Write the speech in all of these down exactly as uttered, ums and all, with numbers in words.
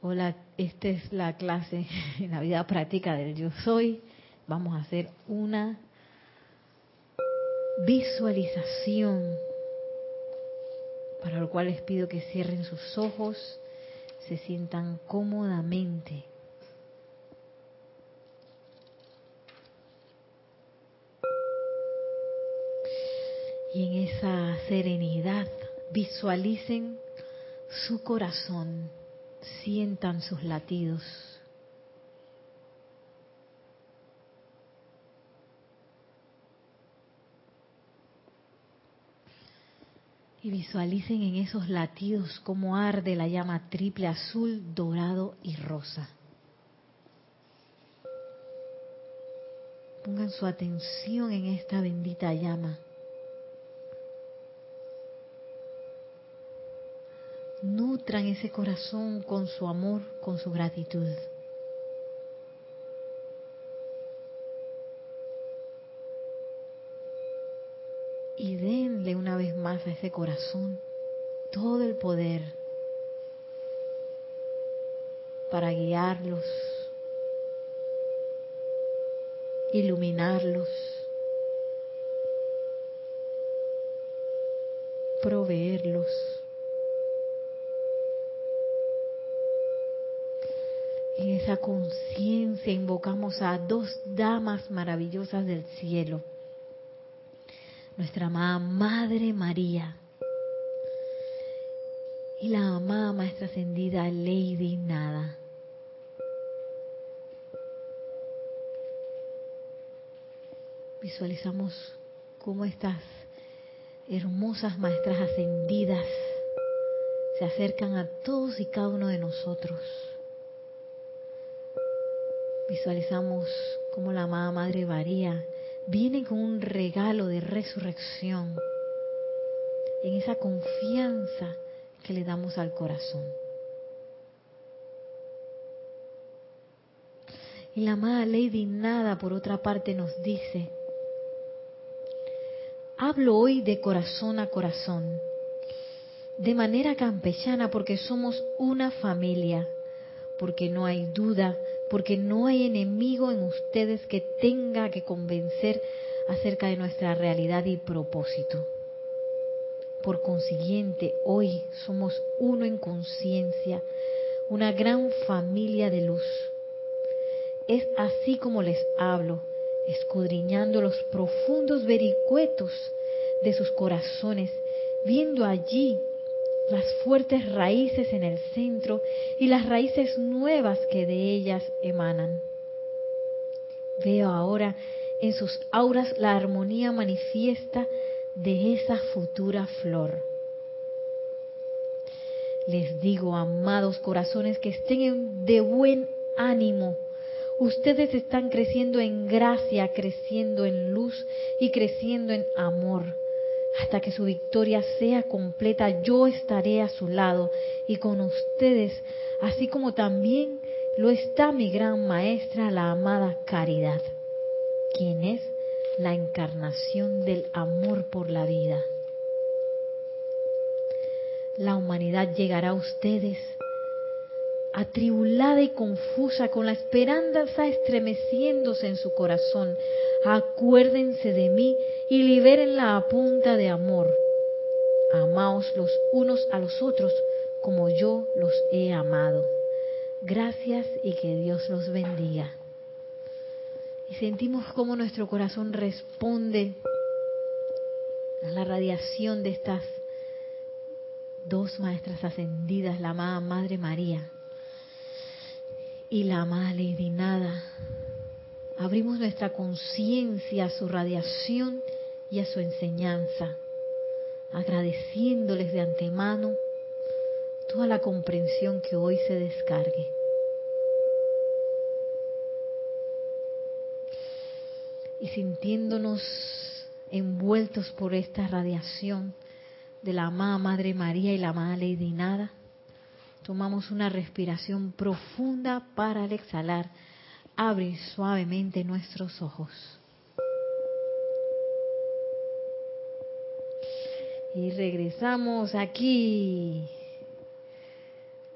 Hola, esta es la clase en la vida práctica del Yo Soy. Vamos a hacer una visualización, para lo cual les pido que cierren sus ojos, se sientan cómodamente. Y en esa serenidad visualicen su corazón, sientan sus latidos. Y visualicen en esos latidos cómo arde la llama triple, azul, dorado y rosa. Pongan su atención en esta bendita llama. Nutran ese corazón con su amor, con su gratitud. Y denle una vez más a ese corazón todo el poder para guiarlos, iluminarlos, proveerlos. En esa conciencia invocamos a dos damas maravillosas del cielo. Nuestra amada Madre María y la amada Maestra Ascendida Lady Nada. Visualizamos cómo estas hermosas Maestras Ascendidas se acercan a todos y cada uno de nosotros. Visualizamos cómo la amada Madre María viene con un regalo de resurrección en esa confianza que le damos al corazón. Y la amada Lady Nada, por otra parte, nos dice: hablo hoy de corazón a corazón, de manera campechana, porque somos una familia, porque no hay duda, porque no hay enemigo en ustedes que tenga que convencer acerca de nuestra realidad y propósito. Por consiguiente, hoy somos uno en conciencia, una gran familia de luz. Es así como les hablo, escudriñando los profundos vericuetos de sus corazones, viendo allí las fuertes raíces en el centro y las raíces nuevas que de ellas emanan. Veo ahora en sus auras la armonía manifiesta de esa futura flor. Les digo, amados corazones, que estén de buen ánimo. Ustedes están creciendo en gracia, creciendo en luz y creciendo en amor. Hasta que su victoria sea completa, yo estaré a su lado y con ustedes, así como también lo está mi gran maestra, la amada Caridad, quien es la encarnación del amor por la vida. La humanidad llegará a ustedes atribulada y confusa, con la esperanza estremeciéndose en su corazón. Acuérdense de mí y libérenla a punta de amor. Amaos los unos a los otros como yo los he amado. Gracias y que Dios los bendiga. Y sentimos cómo nuestro corazón responde a la radiación de estas dos Maestras Ascendidas, la amada Madre María y la amada Lady Nada. Abrimos nuestra conciencia a su radiación y a su enseñanza, agradeciéndoles de antemano toda la comprensión que hoy se descargue. Y sintiéndonos envueltos por esta radiación de la amada Madre María y la amada Lady Nada, tomamos una respiración profunda para al exhalar abrir suavemente nuestros ojos. Y regresamos aquí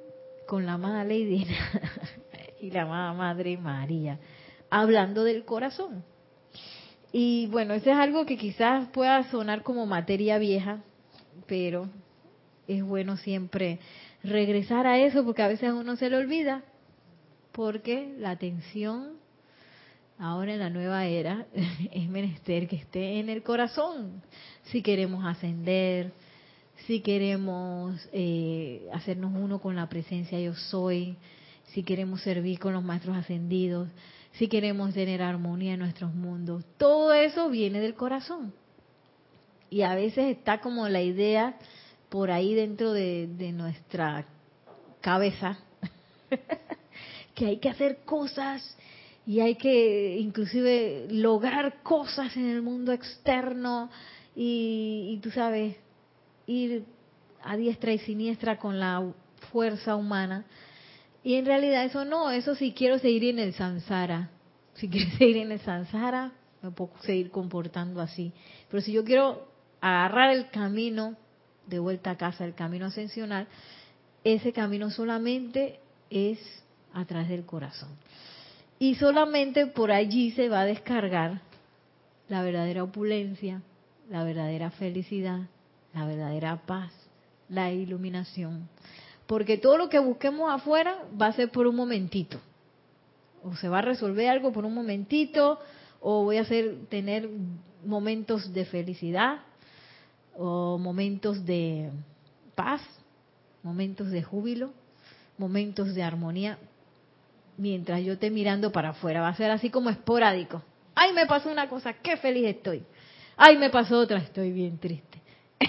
con la amada Lady y la amada Madre María, hablando del corazón. Y bueno, eso es algo que quizás pueda sonar como materia vieja, pero es bueno siempre regresar a eso porque a veces a uno se le olvida, porque la atención ahora en la nueva era es menester que esté en el corazón. Si queremos ascender, si queremos eh, hacernos uno con la presencia yo soy, si queremos servir con los maestros ascendidos, si queremos tener armonía en nuestros mundos, todo eso viene del corazón. Y a veces está como la idea por ahí dentro de, de nuestra cabeza que hay que hacer cosas y hay que inclusive lograr cosas en el mundo externo y, y tú sabes, ir a diestra y siniestra con la fuerza humana. Y en realidad eso no, eso si quiero seguir en el samsara, si quiero seguir en el samsara, me puedo seguir comportando así. Pero si yo quiero agarrar el camino de vuelta a casa, el camino ascensional, ese camino solamente es a través del corazón. Y solamente por allí se va a descargar la verdadera opulencia, la verdadera felicidad, la verdadera paz, la iluminación. Porque todo lo que busquemos afuera va a ser por un momentito. O se va a resolver algo por un momentito, o voy a hacer, tener momentos de felicidad, o momentos de paz, momentos de júbilo, momentos de armonía, mientras yo esté mirando para afuera. Va a ser así como esporádico. ¡Ay, me pasó una cosa! ¡Qué feliz estoy! ¡Ay, me pasó otra! Estoy bien triste.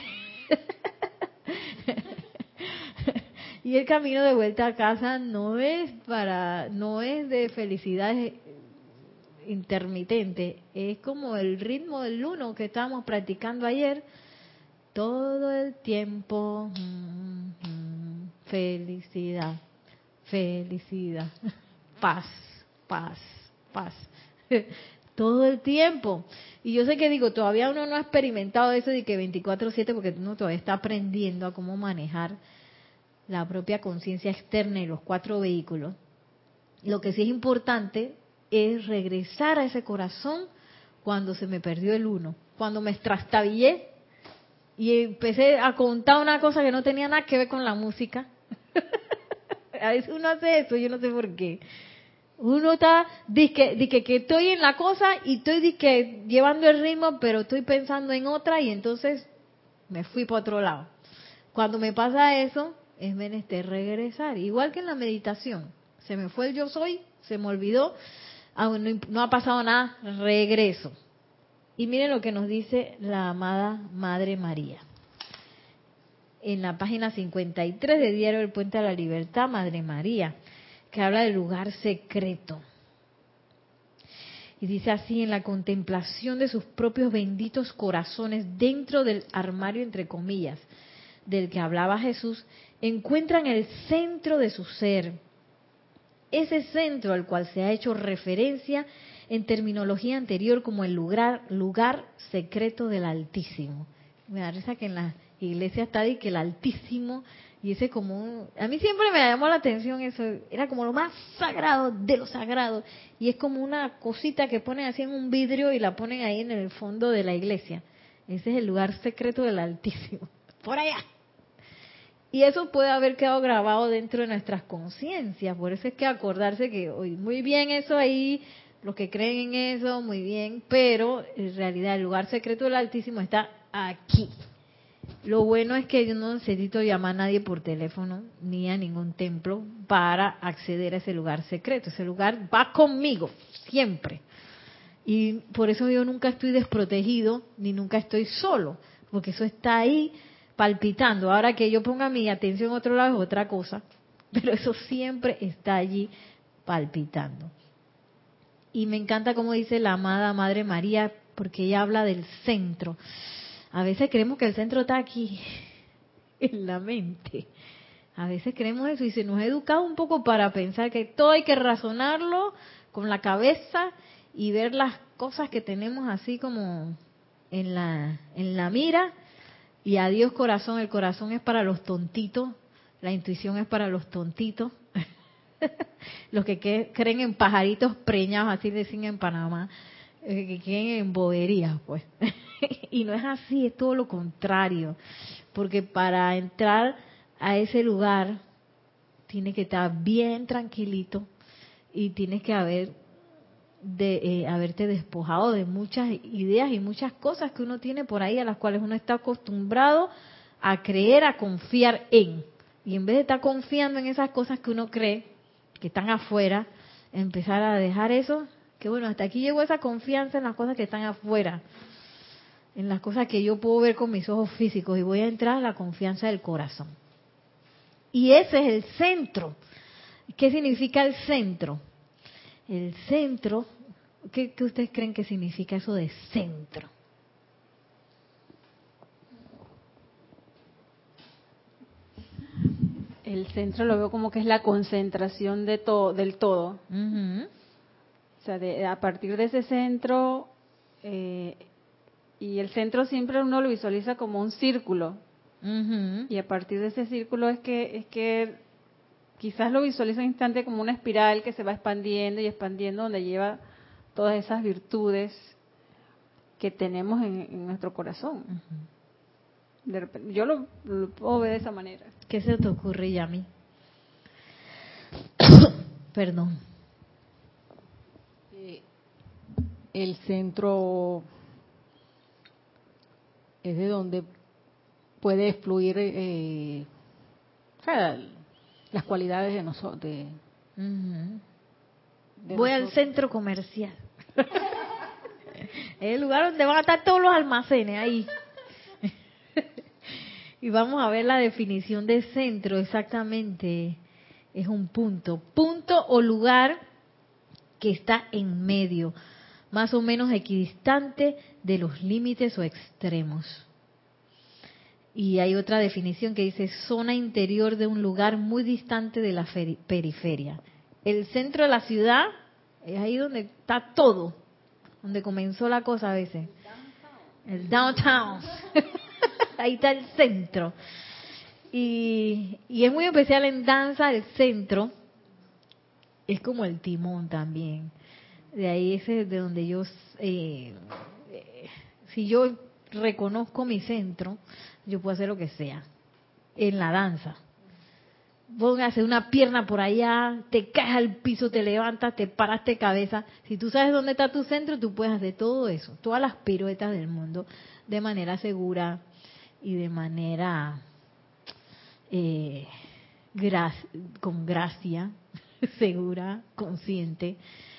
Y el camino de vuelta a casa no es para, no es de felicidad intermitente, es como el ritmo del uno que estábamos practicando ayer, todo el tiempo, mm, mm, felicidad, felicidad, paz, paz, paz, todo el tiempo. Y yo sé que digo, todavía uno no ha experimentado eso de que veinticuatro siete porque uno todavía está aprendiendo a cómo manejar la propia conciencia externa y los cuatro vehículos. Lo que sí es importante es regresar a ese corazón cuando se me perdió el uno, cuando me trastabillé y empecé a contar una cosa que no tenía nada que ver con la música. A veces uno hace eso, yo no sé por qué. Uno está, dice, dice que estoy en la cosa y estoy dice, llevando el ritmo, pero estoy pensando en otra y entonces me fui para otro lado. Cuando me pasa eso, es menester regresar. Igual que en la meditación. Se me fue el yo soy, se me olvidó, aún no, no ha pasado nada, regreso. Y miren lo que nos dice la amada Madre María. En la página cincuenta y tres de Diario del Puente a la Libertad, Madre María, que habla del lugar secreto. Y dice así: en la contemplación de sus propios benditos corazones dentro del armario, entre comillas, del que hablaba Jesús, encuentran el centro de su ser. Ese centro al cual se ha hecho referencia en terminología anterior como el lugar, lugar secreto del Altísimo. Me da risa que en la iglesia está de que el Altísimo, y ese como un, a mí siempre me llamó la atención eso, era como lo más sagrado de lo sagrado, y es como una cosita que ponen así en un vidrio y la ponen ahí en el fondo de la iglesia. Ese es el lugar secreto del Altísimo, por allá. Y eso puede haber quedado grabado dentro de nuestras conciencias. Por eso es que acordarse que hoy muy bien eso ahí, los que creen en eso, muy bien, pero en realidad el lugar secreto del Altísimo está aquí. Lo bueno es que yo no necesito llamar a nadie por teléfono ni a ningún templo para acceder a ese lugar secreto. Ese lugar va conmigo, siempre. Y por eso yo nunca estoy desprotegido ni nunca estoy solo, porque eso está ahí palpitando. Ahora que yo ponga mi atención a otro lado es otra cosa, pero eso siempre está allí palpitando. Y me encanta como dice la amada Madre María, porque ella habla del centro. A veces creemos que el centro está aquí, en la mente. A veces creemos eso y se nos ha educado un poco para pensar que todo hay que razonarlo con la cabeza y ver las cosas que tenemos así como en la, en la mira. Y adiós corazón, el corazón es para los tontitos La intuición es para los tontitos, los que, que creen en pajaritos preñados, así decían en Panamá, eh, que creen en boberías, pues. Y no es así, es todo lo contrario, porque para entrar a ese lugar tienes que estar bien tranquilito y tienes que haber de eh, haberte despojado de muchas ideas y muchas cosas que uno tiene por ahí a las cuales uno está acostumbrado a creer, a confiar en. Y en vez de estar confiando en esas cosas que uno cree que están afuera, empezar a dejar eso, que bueno, hasta aquí llegó esa confianza en las cosas que están afuera, en las cosas que yo puedo ver con mis ojos físicos, y voy a entrar a la confianza del corazón. Y ese es el centro. ¿Qué significa el centro? El centro, ¿qué, qué ustedes creen que significa eso de centro? El centro lo veo como que es la concentración de todo, del todo. Uh-huh. O sea, de, a partir de ese centro, eh, y el centro siempre uno lo visualiza como un círculo. Uh-huh. Y a partir de ese círculo es que es que quizás lo visualiza un instante como una espiral que se va expandiendo y expandiendo, donde lleva todas esas virtudes que tenemos en, en nuestro corazón. Uh-huh. De repente, yo lo, lo puedo ver de esa manera. ¿Qué se te ocurre, Yami? Perdón. Eh, el centro es de donde puede fluir eh, o sea, las cualidades de nosotros. De, uh-huh. de Voy nosotros. al centro comercial. Es el lugar donde van a estar todos los almacenes, ahí. Y vamos a ver la definición de centro. Exactamente, es un punto. Punto o lugar que está en medio, más o menos equidistante de los límites o extremos. Y hay otra definición que dice zona interior de un lugar muy distante de la periferia. El centro de la ciudad es ahí donde está todo, donde comenzó la cosa a veces. El downtown. Ahí está el centro. Y, y es muy especial en danza el centro. Es como el timón también. De ahí ese es de donde yo, eh, eh, si yo reconozco mi centro, yo puedo hacer lo que sea. En la danza. Póngase una pierna por allá, te caes al piso, te levantas, te paras de cabeza. Si tú sabes dónde está tu centro, tú puedes hacer todo eso, todas las piruetas del mundo, de manera segura y de manera eh, gra con gracia, segura, consciente.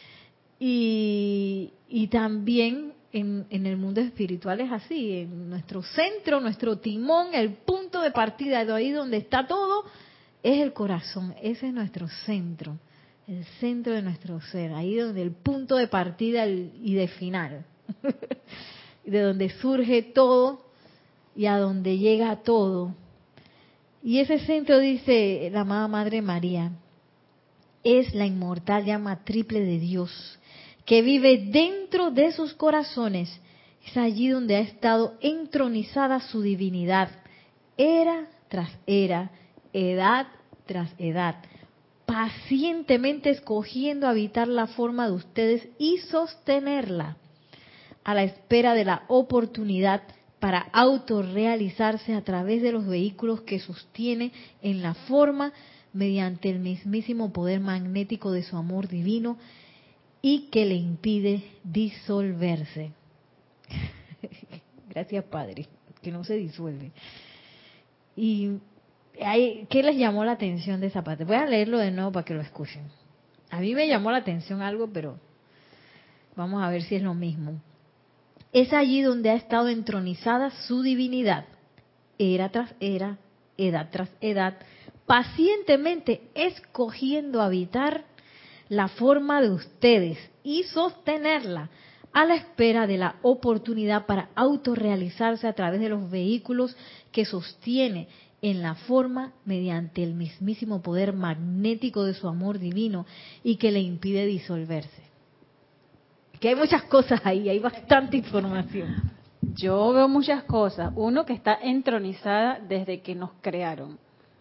Y, y también en, en el mundo espiritual es así, en nuestro centro, nuestro timón, el punto de partida, de ahí donde está todo, es el corazón. Ese es nuestro centro, el centro de nuestro ser, ahí donde el punto de partida y de final, de donde surge todo y a donde llega todo. Y ese centro, dice la amada Madre María, es la inmortal llama triple de Dios, que vive dentro de sus corazones. Es allí donde ha estado entronizada su divinidad, era tras era, edad tras edad, pacientemente escogiendo habitar la forma de ustedes y sostenerla, a la espera de la oportunidad para autorrealizarse a través de los vehículos que sostiene en la forma mediante el mismísimo poder magnético de su amor divino y que le impide disolverse. Gracias, Padre, que no se disuelve. Y hay, ¿qué les llamó la atención de esa parte? Voy a leerlo de nuevo para que lo escuchen. A mí me llamó la atención algo, pero vamos a ver si es lo mismo. Es allí donde ha estado entronizada su divinidad, era tras era, edad tras edad, pacientemente escogiendo habitar la forma de ustedes y sostenerla a la espera de la oportunidad para autorrealizarse a través de los vehículos que sostiene en la forma mediante el mismísimo poder magnético de su amor divino y que le impide disolverse. Que hay muchas cosas ahí, hay bastante información. Yo veo muchas cosas. Uno, que está entronizada desde que nos crearon.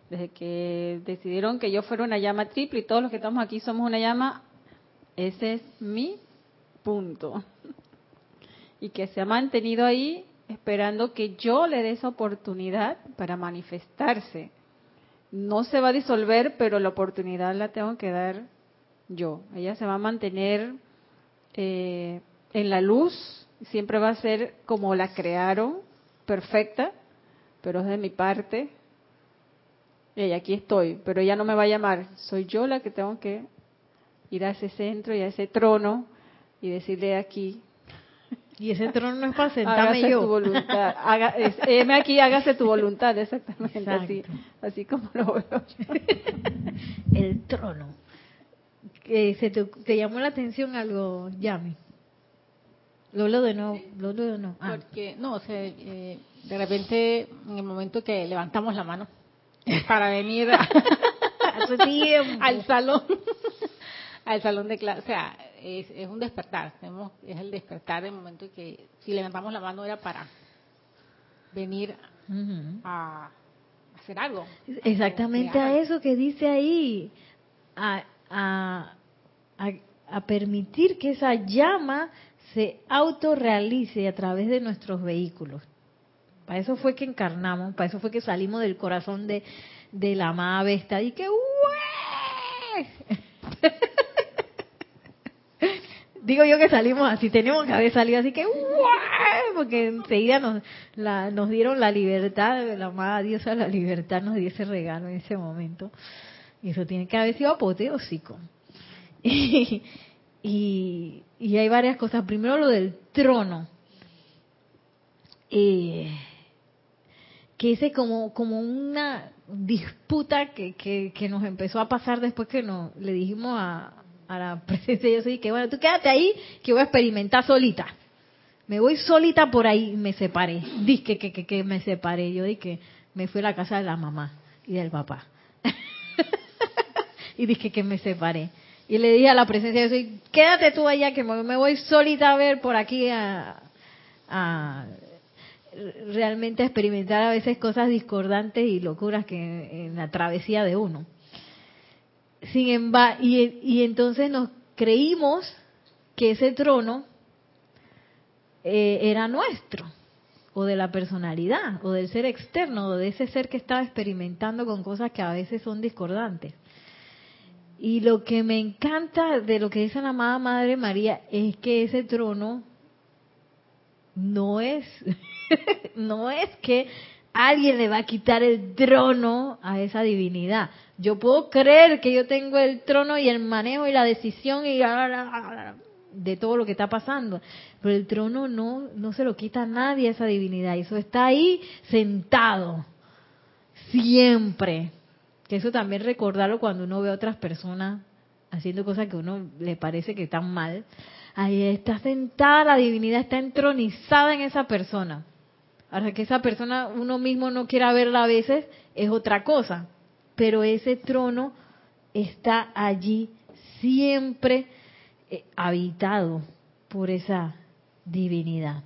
Desde que decidieron que yo fuera una llama triple y todos los que estamos aquí somos una llama, ese es mi punto. Y que se ha mantenido ahí esperando que yo le dé esa oportunidad para manifestarse. No se va a disolver, pero la oportunidad la tengo que dar yo. Ella se va a mantener eh, en la luz, siempre va a ser como la crearon, perfecta, pero es de mi parte. Y aquí estoy, pero ella no me va a llamar. Soy yo la que tengo que ir a ese centro y a ese trono y decirle aquí. Y ese trono no es para sentarme Hágase yo. tu voluntad. Haga, es, heme aquí, hágase tu voluntad, exactamente. Así, así como lo veo. El trono. Eh, ¿Se te, te llamó la atención algo, Yami? Lo leo de nuevo, lo leo de nuevo. Ah. Porque, no, o sea, eh, de repente, en el momento que levantamos la mano para venir a, Hace tiempo. al salón, al salón de clase, o sea, es, es un despertar, tenemos, es el despertar del momento que si levantamos la mano era para venir Uh-huh. a hacer algo. Exactamente a a eso que dice ahí, a, a, a, a permitir que esa llama se autorrealice a través de nuestros vehículos. Para eso fue que encarnamos, para eso fue que salimos del corazón de, de la amada Vesta y que ¡ué! Digo yo que salimos así, tenemos que haber salido así que ¡ué! Porque enseguida nos, la, nos dieron la libertad, la amada diosa la libertad nos dio ese regalo en ese momento. Y eso tiene que haber sido apoteósico. Y, y, y hay varias cosas. Primero lo del trono. Eh, que ese como, como una disputa que, que, que nos empezó a pasar después que nos, le dijimos a, a la presencia. Yo soy que bueno, tú quédate ahí que voy a experimentar solita. Me voy solita por ahí y me separé. Dije que, que, que me separé. Yo dije que me fui a la casa de la mamá y del papá. Y dije que me separé. Y le dije a la presencia, yo soy, quédate tú allá que me voy solita a ver por aquí a, a realmente a experimentar a veces cosas discordantes y locuras que en la travesía de uno. Sin embargo, y, y entonces nos creímos que ese trono eh, era nuestro, o de la personalidad, o del ser externo, o de ese ser que estaba experimentando con cosas que a veces son discordantes. Y lo que me encanta de lo que dice la amada Madre María es que ese trono no es, no es que alguien le va a quitar el trono a esa divinidad. Yo puedo creer que yo tengo el trono y el manejo y la decisión y de todo lo que está pasando, pero el trono no, no se lo quita a nadie a esa divinidad. Eso está ahí sentado siempre. Que eso también recordarlo cuando uno ve a otras personas haciendo cosas que a uno le parece que están mal. Ahí está sentada la divinidad, está entronizada en esa persona. Ahora que esa persona uno mismo no quiera verla a veces es otra cosa. Pero ese trono está allí siempre eh, habitado por esa divinidad.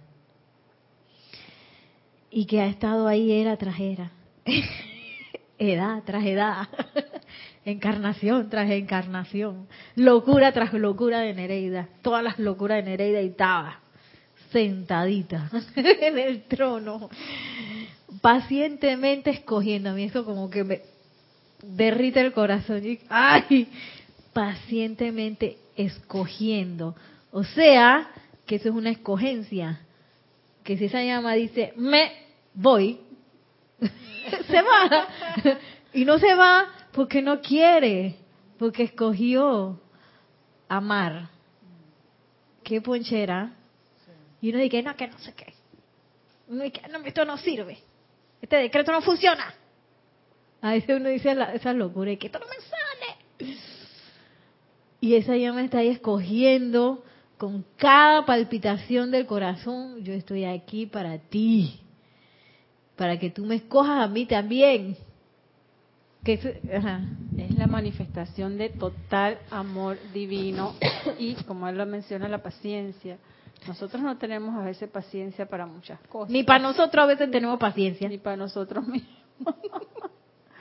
Y que ha estado ahí era tras era. Edad tras edad, encarnación tras encarnación, locura tras locura de Nereida, todas las locuras de Nereida y estaba sentadita en el trono, pacientemente escogiendo. A mí eso como que me derrite el corazón. Y, ¡ay! Pacientemente escogiendo. O sea, que eso es una escogencia. Que si esa llama dice, me voy, se va. Y no se va porque no quiere, porque escogió amar. Qué ponchera. Y uno dice, no, que no sé qué. Uno dice, no, esto no sirve. Este decreto no funciona. A veces uno dice la, esa locura, y que esto no me sale. Y esa llama está ahí escogiendo con cada palpitación del corazón. Yo estoy aquí para ti. Para que tú me escojas a mí también. Que es, ajá. Es la manifestación de total amor divino y, como él lo menciona, la paciencia. Nosotros no tenemos a veces paciencia para muchas cosas. Ni para nosotros a veces tenemos paciencia. Ni para nosotros mismos.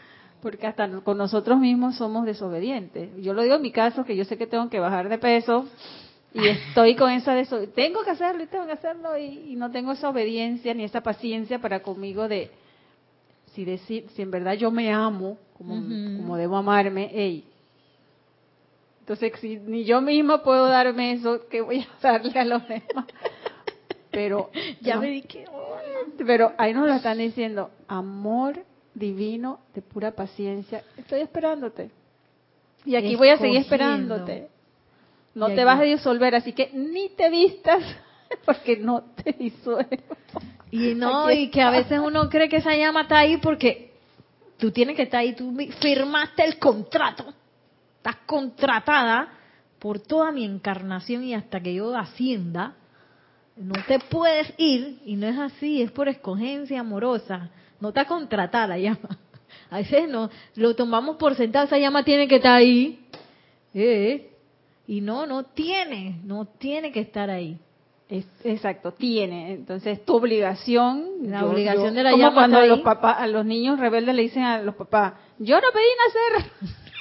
Porque hasta con nosotros mismos somos desobedientes. Yo lo digo en mi caso, que yo sé que tengo que bajar de peso y estoy con esa desobediencia. Tengo que hacerlo y tengo que hacerlo y, y no tengo esa obediencia ni esa paciencia para conmigo de si decir, si en verdad yo me amo como, uh-huh. como debo amarme, hey. Entonces, si ni yo misma puedo darme eso, ¿qué voy a darle a los demás? Pero ya no, me di que pero ahí nos lo están diciendo, amor divino de pura paciencia, estoy esperándote y aquí Escogiendo. voy a seguir esperándote, no y te aquí. vas a disolver, así que ni te vistas porque no te disuelvo. Y no, y que a veces uno cree que esa llama está ahí porque tú tienes que estar ahí, tú firmaste el contrato, estás contratada por toda mi encarnación y hasta que yo ascienda, no te puedes ir, y no es así, es por escogencia amorosa. No está contratada la llama. A veces no, lo tomamos por sentado, esa llama tiene que estar ahí. Eh, y no, no tiene, no tiene que estar ahí. Es, exacto, tiene. Entonces, tu obligación. La yo, obligación yo, de la como llama cuando está a los ahí. papás, a los niños rebeldes le dicen a los papás, yo no pedí nacer.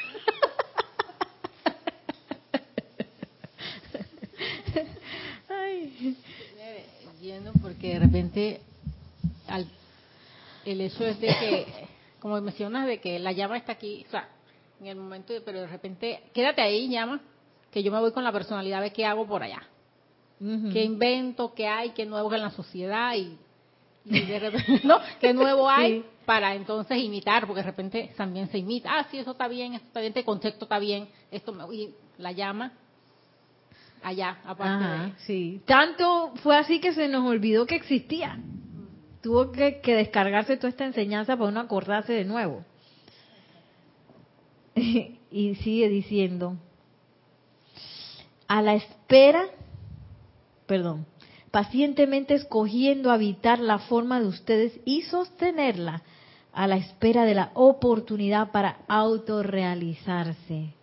Ay. Yendo porque de repente al el hecho es de que, como mencionas, de que la llama está aquí, o sea, en el momento, de, pero de repente, quédate ahí, llama, que yo me voy con la personalidad de qué hago por allá. Uh-huh. ¿Qué invento, qué hay, qué nuevo en la sociedad? Y, y de repente, ¿no? ¿Qué nuevo hay? Sí. Para entonces imitar, porque de repente también se imita. Ah, sí, eso está bien, esto está bien, este concepto está bien, esto me... Y la llama allá, aparte Ajá, de... sí. Tanto fue así que se nos olvidó que existía. Tuvo que, que descargarse toda esta enseñanza para uno acordarse de nuevo. Y sigue diciendo, a la espera, perdón, pacientemente escogiendo habitar la forma de ustedes y sostenerla a la espera de la oportunidad para autorrealizarse,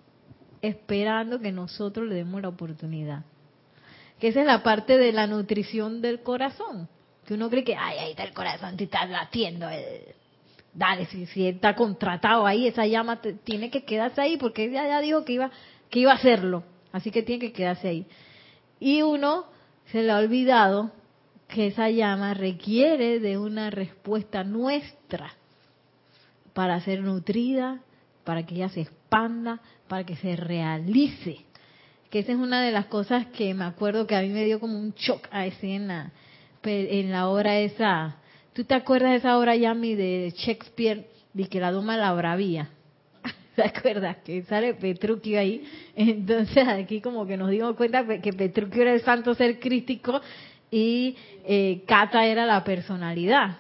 esperando que nosotros le demos la oportunidad. Que esa es la parte de la nutrición del corazón. Que uno cree que, ay, ahí está el corazón, te estás latiendo. Eh. Dale, si, si está contratado ahí, esa llama te, tiene que quedarse ahí, porque ella ya dijo que iba, que iba a hacerlo. Así que tiene que quedarse ahí. Y uno se le ha olvidado que esa llama requiere de una respuesta nuestra para ser nutrida, para que ella se expanda, para que se realice. Que esa es una de las cosas que me acuerdo que a mí me dio como un shock a ese en la, en la obra esa. ¿Tú te acuerdas de esa obra, Yami, de Shakespeare, de que la doma la bravía? ¿Te acuerdas? Que sale Petruchio ahí. Entonces aquí como que nos dimos cuenta que Petruchio era el santo ser crístico y eh, Cata era la personalidad.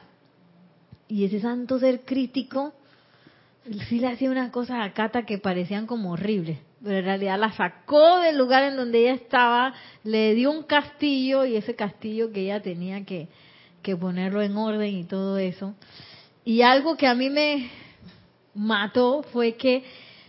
Y ese santo ser crístico sí le hacía unas cosas a Cata que parecían como horribles. Pero en realidad la sacó del lugar en donde ella estaba, le dio un castillo y ese castillo que ella tenía que, que ponerlo en orden y todo eso. Y algo que a mí me mató fue que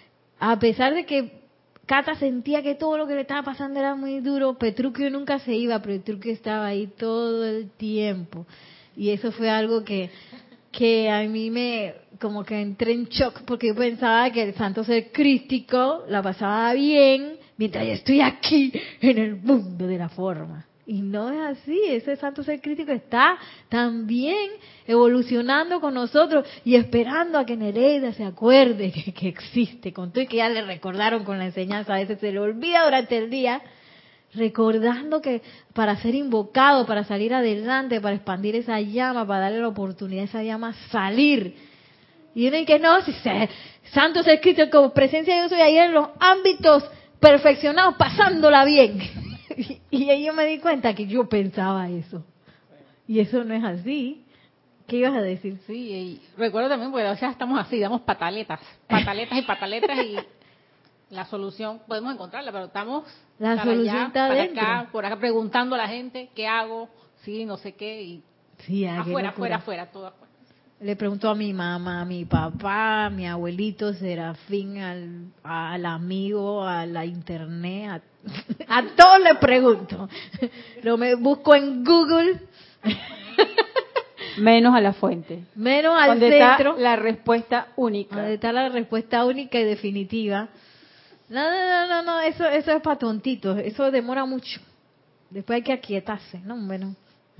a pesar de que Cata sentía que todo lo que le estaba pasando era muy duro, Petruchio nunca se iba, Petruchio estaba ahí todo el tiempo. Y eso fue algo que, que a mí me, como que entré en shock, porque yo pensaba que el santo ser crístico la pasaba bien mientras yo estoy aquí en el mundo de la forma. Y no es así, ese santo ser crítico está también evolucionando con nosotros y esperando a que Nereida se acuerde que, que existe, con todo y que ya le recordaron con la enseñanza, a veces se le olvida durante el día, recordando que para ser invocado, para salir adelante, para expandir esa llama, para darle la oportunidad a esa llama salir. Y uno dice, no, si se, santo ser crítico como presencia de Dios soy ahí en los ámbitos perfeccionados, pasándola bien. Y, y ahí yo me di cuenta que yo pensaba eso. Y eso no es así. ¿Qué ibas a decir? Sí, y recuerdo también, porque a veces estamos así, damos pataletas, pataletas y pataletas y la solución podemos encontrarla, pero estamos la para solución allá, está para dentro. acá, por acá preguntando a la gente, ¿qué hago? Sí, no sé qué, y sí, ah, afuera, afuera, afuera, todo afuera. Le pregunto a mi mamá, a mi papá, a mi abuelito Serafín, al, al amigo, a la internet, a, a todos le pregunto. Lo me busco en Google menos a la fuente. Menos al donde centro. está la respuesta única. Donde está la respuesta única y definitiva. No, no, no, no, no, eso, eso es para tontitos. Eso demora mucho. Después hay que aquietarse, ¿no? Bueno.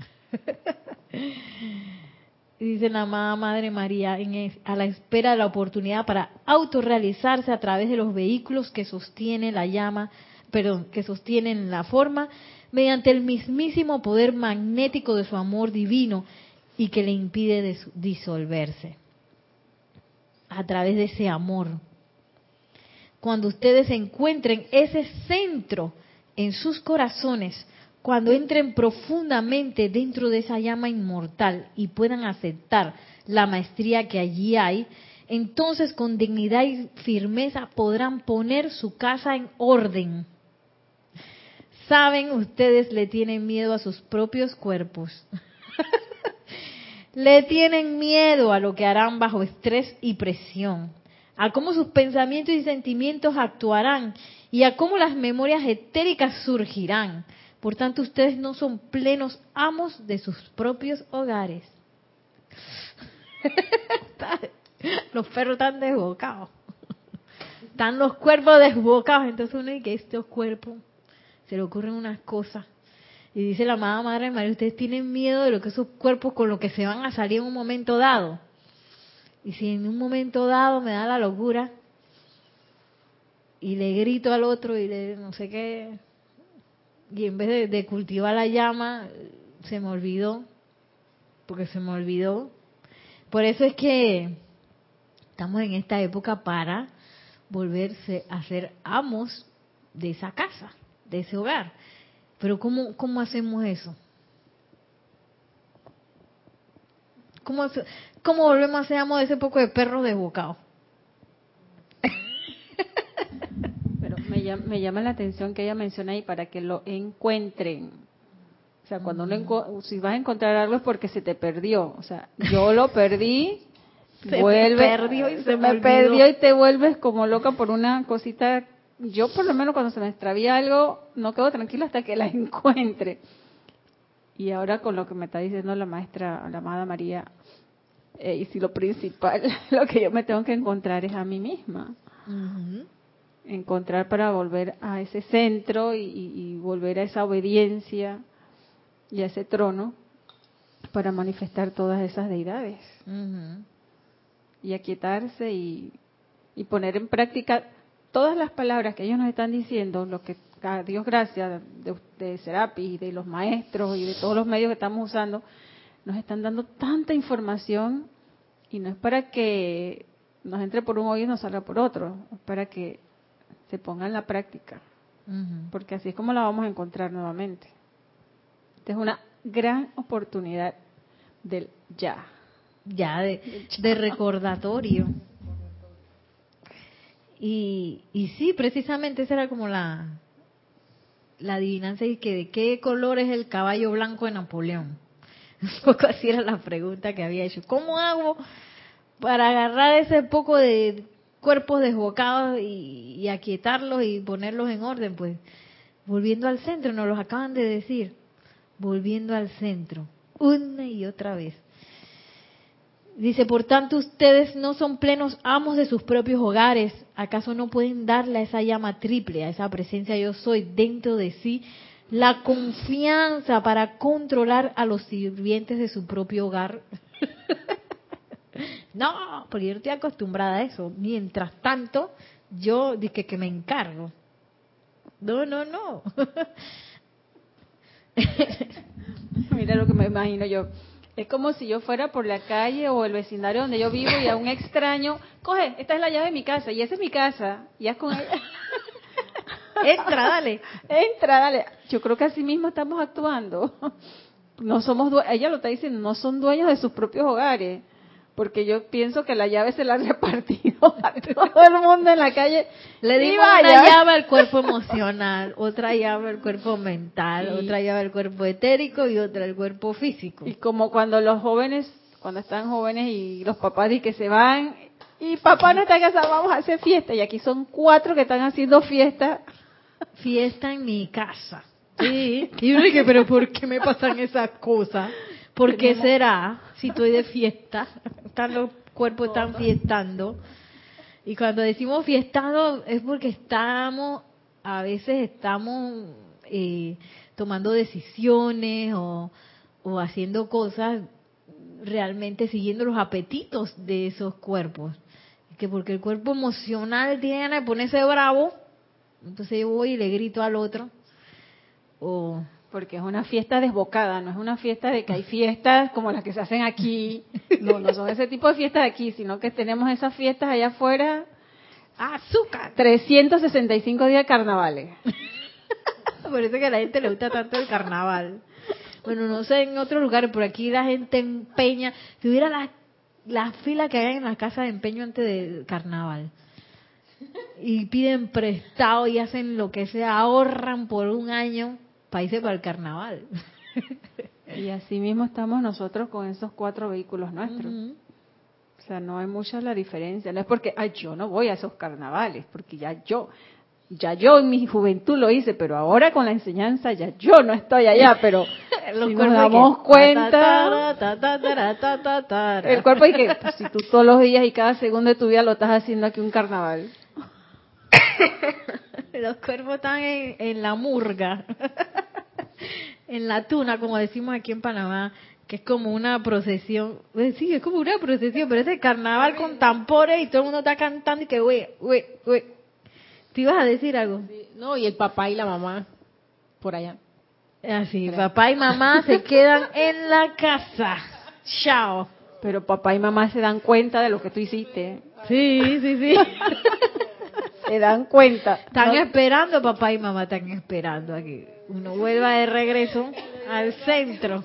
Dice la amada Madre María, en es, a la espera de la oportunidad para autorrealizarse a través de los vehículos que sostienen la llama, perdón, que sostienen la forma, mediante el mismísimo poder magnético de su amor divino y que le impide des- disolverse. A través de ese amor. Cuando ustedes encuentren ese centro en sus corazones, cuando entren profundamente dentro de esa llama inmortal y puedan aceptar la maestría que allí hay, entonces con dignidad y firmeza podrán poner su casa en orden. Saben, ustedes le tienen miedo a sus propios cuerpos. Le tienen miedo a lo que harán bajo estrés y presión, a cómo sus pensamientos y sentimientos actuarán y a cómo las memorias etéricas surgirán. Por tanto, ustedes no son plenos amos de sus propios hogares. Los perros están desbocados. Están los cuerpos desbocados. Entonces uno dice que estos cuerpos se le ocurren unas cosas. Y dice la amada Madre María, ustedes tienen miedo de lo que esos cuerpos con lo que se van a salir en un momento dado. Y si en un momento dado me da la locura y le grito al otro y le no sé qué, y en vez de, de cultivar la llama, se me olvidó, porque se me olvidó. Por eso es que estamos en esta época para volverse a ser amos de esa casa, de ese hogar. Pero ¿cómo, cómo hacemos eso? ¿Cómo, hace- ¿Cómo volvemos a ser amos de ese poco de perros desbocados? Pero me llama, me llama la atención que ella menciona ahí para que lo encuentren. O sea, cuando uno enco- si vas a encontrar algo es porque se te perdió. O sea, yo lo perdí, Se vuelve, me perdió y se se me me olvidó. perdió y te vuelves como loca por una cosita. Yo por lo menos cuando se me extravía algo, no quedo tranquila hasta que la encuentre. Y ahora con lo que me está diciendo la maestra, la amada María, eh, y si lo principal, lo que yo me tengo que encontrar es a mí misma. Ujú. Encontrar para volver a ese centro y, y- y volver a esa obediencia y a ese trono para manifestar todas esas deidades Ujú. y aquietarse y, y poner en práctica todas las palabras que ellos nos están diciendo, lo que a Dios gracias de, de Serapis y de los maestros y de todos los medios que estamos usando, nos están dando tanta información y no es para que nos entre por un oído y nos salga por otro, es para que se ponga en la práctica, Ujú. porque así es como la vamos a encontrar nuevamente. Esta es una gran oportunidad del ya. Ya, de, de recordatorio. Y, y sí, precisamente esa era como la, la adivinanza y que de qué color es el caballo blanco de Napoleón. Un poco así era la pregunta que había hecho. ¿Cómo hago para agarrar ese poco de cuerpos desbocados y, y aquietarlos y ponerlos en orden? Pues volviendo al centro, nos los acaban de decir, volviendo al centro, una y otra vez. Dice, por tanto ustedes no son plenos amos de sus propios hogares. ¿Acaso no pueden darle a esa llama triple, a esa presencia yo soy dentro de sí, la confianza para controlar a los sirvientes de su propio hogar? No, porque yo no estoy acostumbrada a eso. Mientras tanto, yo dije que me encargo. No, no, no. Mira lo que me imagino yo. Es como si yo fuera por la calle o el vecindario donde yo vivo y a un extraño, coge, esta es la llave de mi casa y esa es mi casa, y haz con ella. Entra, dale. Entra, dale. Yo creo que así mismo estamos actuando. No somos due- ella lo está diciendo, no son dueños de sus propios hogares, porque yo pienso que la llave se la han repartido a todo el mundo en la calle. Le Y dimos vaya. una llave al cuerpo emocional, otra llave al cuerpo mental, Y- otra llave al cuerpo etérico y otra al cuerpo físico. Y como cuando los jóvenes, cuando están jóvenes y los papás dicen que se van, y papá no está en casa, vamos a hacer fiesta. Y aquí son cuatro que están haciendo fiesta. Fiesta en mi casa. Sí. Y yo dije, pero ¿por qué me pasan esas cosas? ¿Por qué será? Si estoy de fiesta, están los cuerpos están fiestando. Y cuando decimos fiestando es porque estamos, a veces estamos eh, tomando decisiones o, o haciendo cosas realmente siguiendo los apetitos de esos cuerpos. Que porque el cuerpo emocional tiene ganas de ponerse bravo, entonces yo voy y le grito al otro. O porque es una fiesta desbocada, no es una fiesta de que hay fiestas como las que se hacen aquí. No, no son ese tipo de fiestas de aquí, sino que tenemos esas fiestas allá afuera. ¡azúcar! trescientos sesenta y cinco días de carnavales. Por eso que a la gente le gusta tanto el carnaval. Bueno, no sé en otros lugares, por aquí la gente empeña. Si hubiera la, la fila que hay en las casas de empeño antes del carnaval. Y piden prestado y hacen lo que sea, ahorran por un año para irse para el carnaval. Y así mismo estamos nosotros con esos cuatro vehículos nuestros. Uh-huh. O sea, no hay mucha la diferencia. No es porque, ay, yo no voy a esos carnavales, porque ya yo, ya yo en mi juventud lo hice, pero ahora con la enseñanza ya yo no estoy allá, pero si nos damos cuenta, el cuerpo es que, pues, si tú todos los días y cada segundo de tu vida lo estás haciendo aquí un carnaval. Los cuerpos están en, en la murga, en la tuna, como decimos aquí en Panamá, que es como una procesión. Pues sí, es como una procesión, pero es el carnaval con tambores y todo el mundo está cantando y que, güey, güey, güey. ¿Te ibas a decir algo? Sí, no, y el papá y la mamá por allá. Así, papá y mamá se quedan en la casa. Chao. Pero papá y mamá se dan cuenta de lo que tú hiciste. Sí, sí, sí. Se dan cuenta. Están ¿no? esperando, papá y mamá están esperando aquí. Uno vuelva de regreso al centro.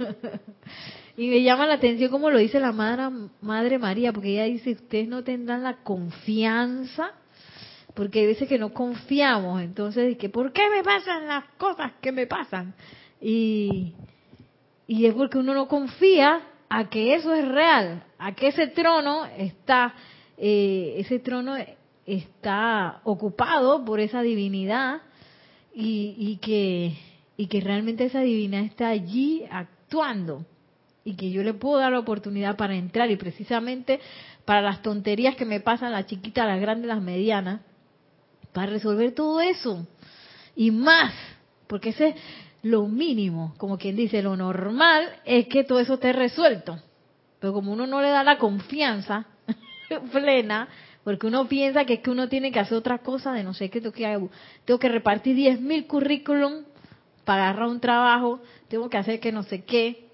Y me llama la atención como lo dice la madre, madre María, porque ella dice, ustedes no tendrán la confianza, porque hay veces que no confiamos, entonces, que ¿por qué me pasan las cosas que me pasan? Y, y es porque uno no confía a que eso es real, a que ese trono está, eh, ese trono está ocupado por esa divinidad y, y que y que realmente esa divinidad está allí actuando y que yo le puedo dar la oportunidad para entrar y precisamente para las tonterías que me pasan, las chiquitas, las grandes, las medianas, para resolver todo eso y más, porque ese es lo mínimo, como quien dice, lo normal es que todo eso esté resuelto, pero como uno no le da la confianza plena, porque uno piensa que es que uno tiene que hacer otra cosa de no sé qué, tengo que, tengo que repartir diez mil currículum para agarrar un trabajo, tengo que hacer que no sé qué.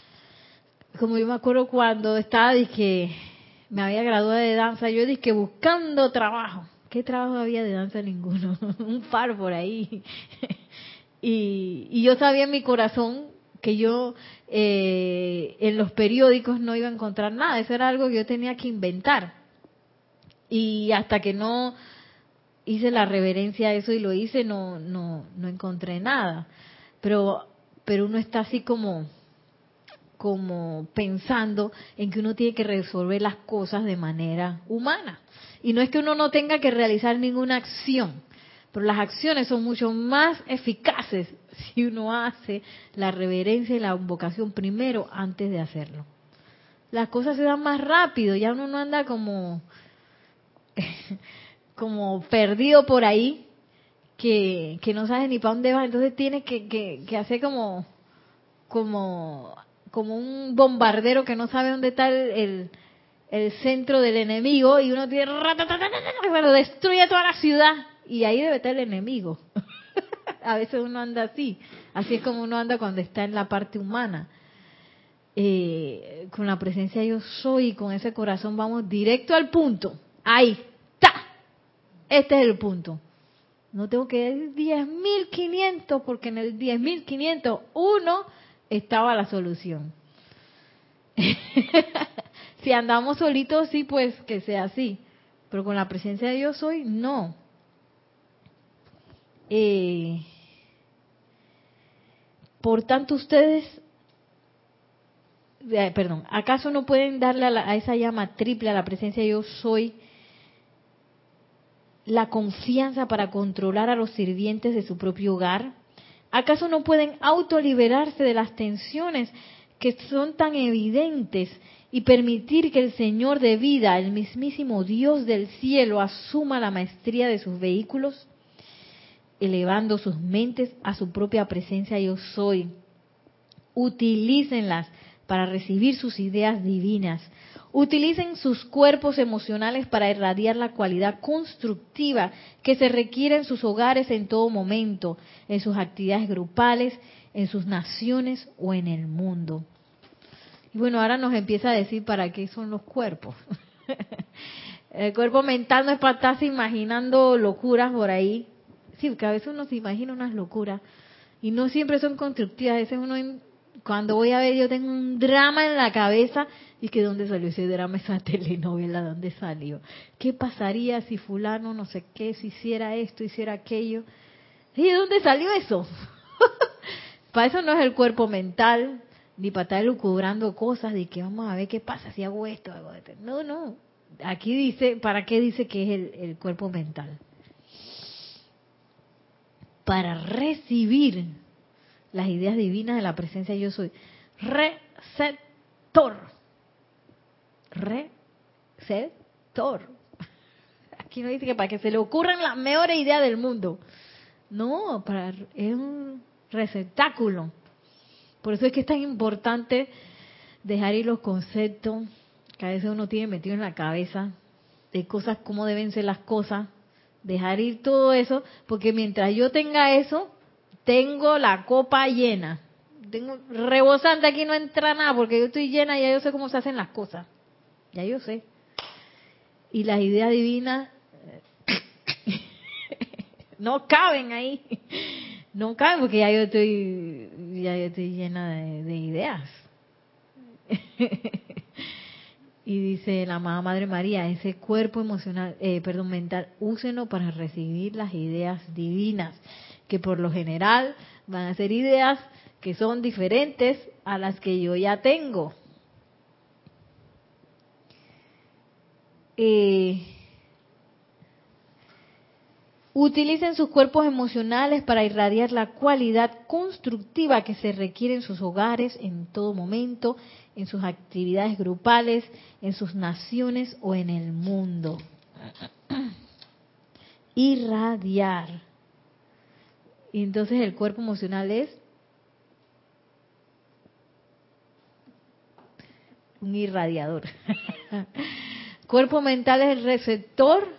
Como yo me acuerdo cuando estaba, dije, me había graduado de danza, yo dije, buscando trabajo. ¿Qué trabajo había de danza? Ninguno, un par por ahí. y, y yo sabía en mi corazón que yo eh, en los periódicos no iba a encontrar nada, eso era algo que yo tenía que inventar. Y hasta que no hice la reverencia a eso y lo hice, no no no encontré nada. Pero pero uno está así como como pensando en que uno tiene que resolver las cosas de manera humana. Y no es que uno no tenga que realizar ninguna acción, pero las acciones son mucho más eficaces si uno hace la reverencia y la invocación primero antes de hacerlo. Las cosas se dan más rápido, ya uno no anda como como perdido por ahí, que, que no sabes ni para dónde vas, entonces tienes que, que, que hacer como, como, como un bombardero que no sabe dónde está el, el, el centro del enemigo y uno tiene, bueno, destruye toda la ciudad y ahí debe estar el enemigo. A veces uno anda así, así es como uno anda cuando está en la parte humana. Eh, con la presencia yo soy, con ese corazón vamos directo al punto. Ahí está. Este es el punto. No tengo que decir diez mil quinientos porque en el diez mil quinientos uno estaba la solución. Si andamos solitos, sí, pues que sea así. Pero con la presencia de yo soy, no. Eh, por tanto, ustedes, eh, perdón, ¿acaso no pueden darle a, la, a esa llama triple, a la presencia de yo soy, la confianza para controlar a los sirvientes de su propio hogar? ¿Acaso no pueden autoliberarse de las tensiones que son tan evidentes y permitir que el Señor de vida, el mismísimo Dios del cielo, asuma la maestría de sus vehículos, elevando sus mentes a su propia presencia yo soy. Utilícenlas para recibir sus ideas divinas. Utilicen sus cuerpos emocionales para irradiar la cualidad constructiva que se requiere en sus hogares en todo momento, en sus actividades grupales, en sus naciones o en el mundo. Y bueno, ahora nos empieza a decir para qué son los cuerpos. El cuerpo mental no es para estarse imaginando locuras por ahí. Sí, porque a veces uno se imagina unas locuras y no siempre son constructivas. A veces uno, cuando voy a ver, yo tengo un drama en la cabeza y que ¿dónde salió ese drama, esa telenovela? ¿Dónde salió? ¿Qué pasaría si fulano no sé qué, si hiciera esto, hiciera aquello? ¿Y de dónde salió eso? Para eso no es el cuerpo mental, ni para estar lucubrando cosas de que vamos a ver qué pasa si hago esto, hago esto. No, no. Aquí dice, ¿para qué dice que es el, el cuerpo mental? Para recibir las ideas divinas de la presencia yo soy. Receptor. Receptor. Aquí no dice que para que se le ocurran las mejores ideas del mundo. No, para es un receptáculo. Por eso es que es tan importante dejar ir los conceptos que a veces uno tiene metido en la cabeza de cosas, cómo deben ser las cosas. Dejar ir todo eso, porque mientras yo tenga eso, tengo la copa llena. Tengo rebosante, aquí no entra nada, porque yo estoy llena y ya yo sé cómo se hacen las cosas. Ya yo sé. Y las ideas divinas no caben ahí. No caben porque ya yo estoy, ya yo estoy llena de, de ideas. Y dice la amada Madre María, ese cuerpo emocional, eh, perdón, mental, úsenlo para recibir las ideas divinas, que por lo general van a ser ideas que son diferentes a las que yo ya tengo. Eh, utilicen sus cuerpos emocionales para irradiar la cualidad constructiva que se requiere en sus hogares en todo momento, en sus actividades grupales, en sus naciones o en el mundo. Irradiar. Y entonces el cuerpo emocional es un irradiador. Cuerpo mental es el receptor.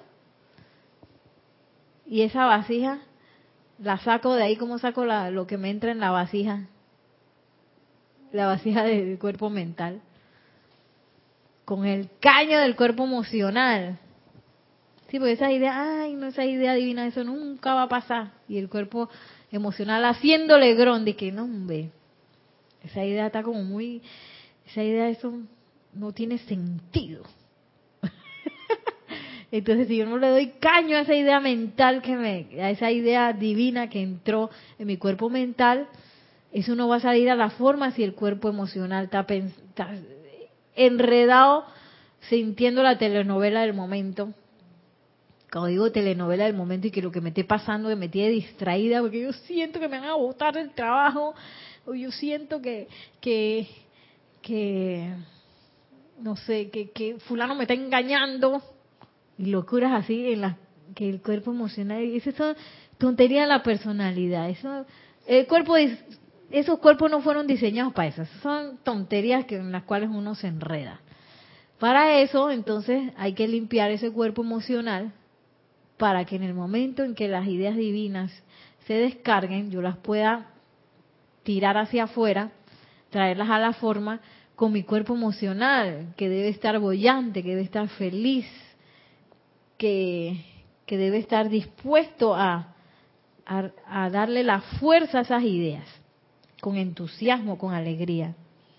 Y esa vasija la saco de ahí. ¿Cómo saco la, lo que me entra en la vasija? La vasija del cuerpo mental. Con el caño del cuerpo emocional. Sí, porque esa idea, ay, no, esa idea divina, eso nunca va a pasar. Y el cuerpo emocional haciéndole grón de que no, hombre, esa idea está como muy, esa idea, eso no tiene sentido. Entonces, si yo no le doy caño a esa idea mental, que me, a esa idea divina que entró en mi cuerpo mental, eso no va a salir a la forma si el cuerpo emocional está, está enredado sintiendo la telenovela del momento. Cuando digo telenovela del momento y que lo que me esté pasando, que me tiene distraída, porque yo siento que me van a botar del trabajo, o yo siento que, que, que no sé, que, que fulano me está engañando, y locuras así en las que el cuerpo emocional, esas son tonterías de la personalidad. Eso, el cuerpo, esos cuerpos no fueron diseñados para eso, son tonterías que, en las cuales uno se enreda. Para eso, entonces, hay que limpiar ese cuerpo emocional, para que en el momento en que las ideas divinas se descarguen, yo las pueda tirar hacia afuera, traerlas a la forma con mi cuerpo emocional, que debe estar boyante, que debe estar feliz, que, que debe estar dispuesto a, a, a darle la fuerza a esas ideas, con entusiasmo, con alegría.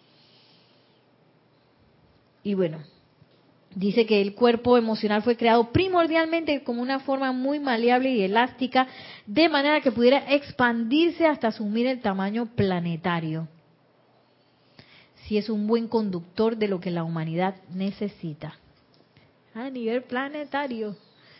Y bueno, dice que el cuerpo emocional fue creado primordialmente como una forma muy maleable y elástica, de manera que pudiera expandirse hasta asumir el tamaño planetario. Si es un buen conductor de lo que la humanidad necesita. A nivel planetario.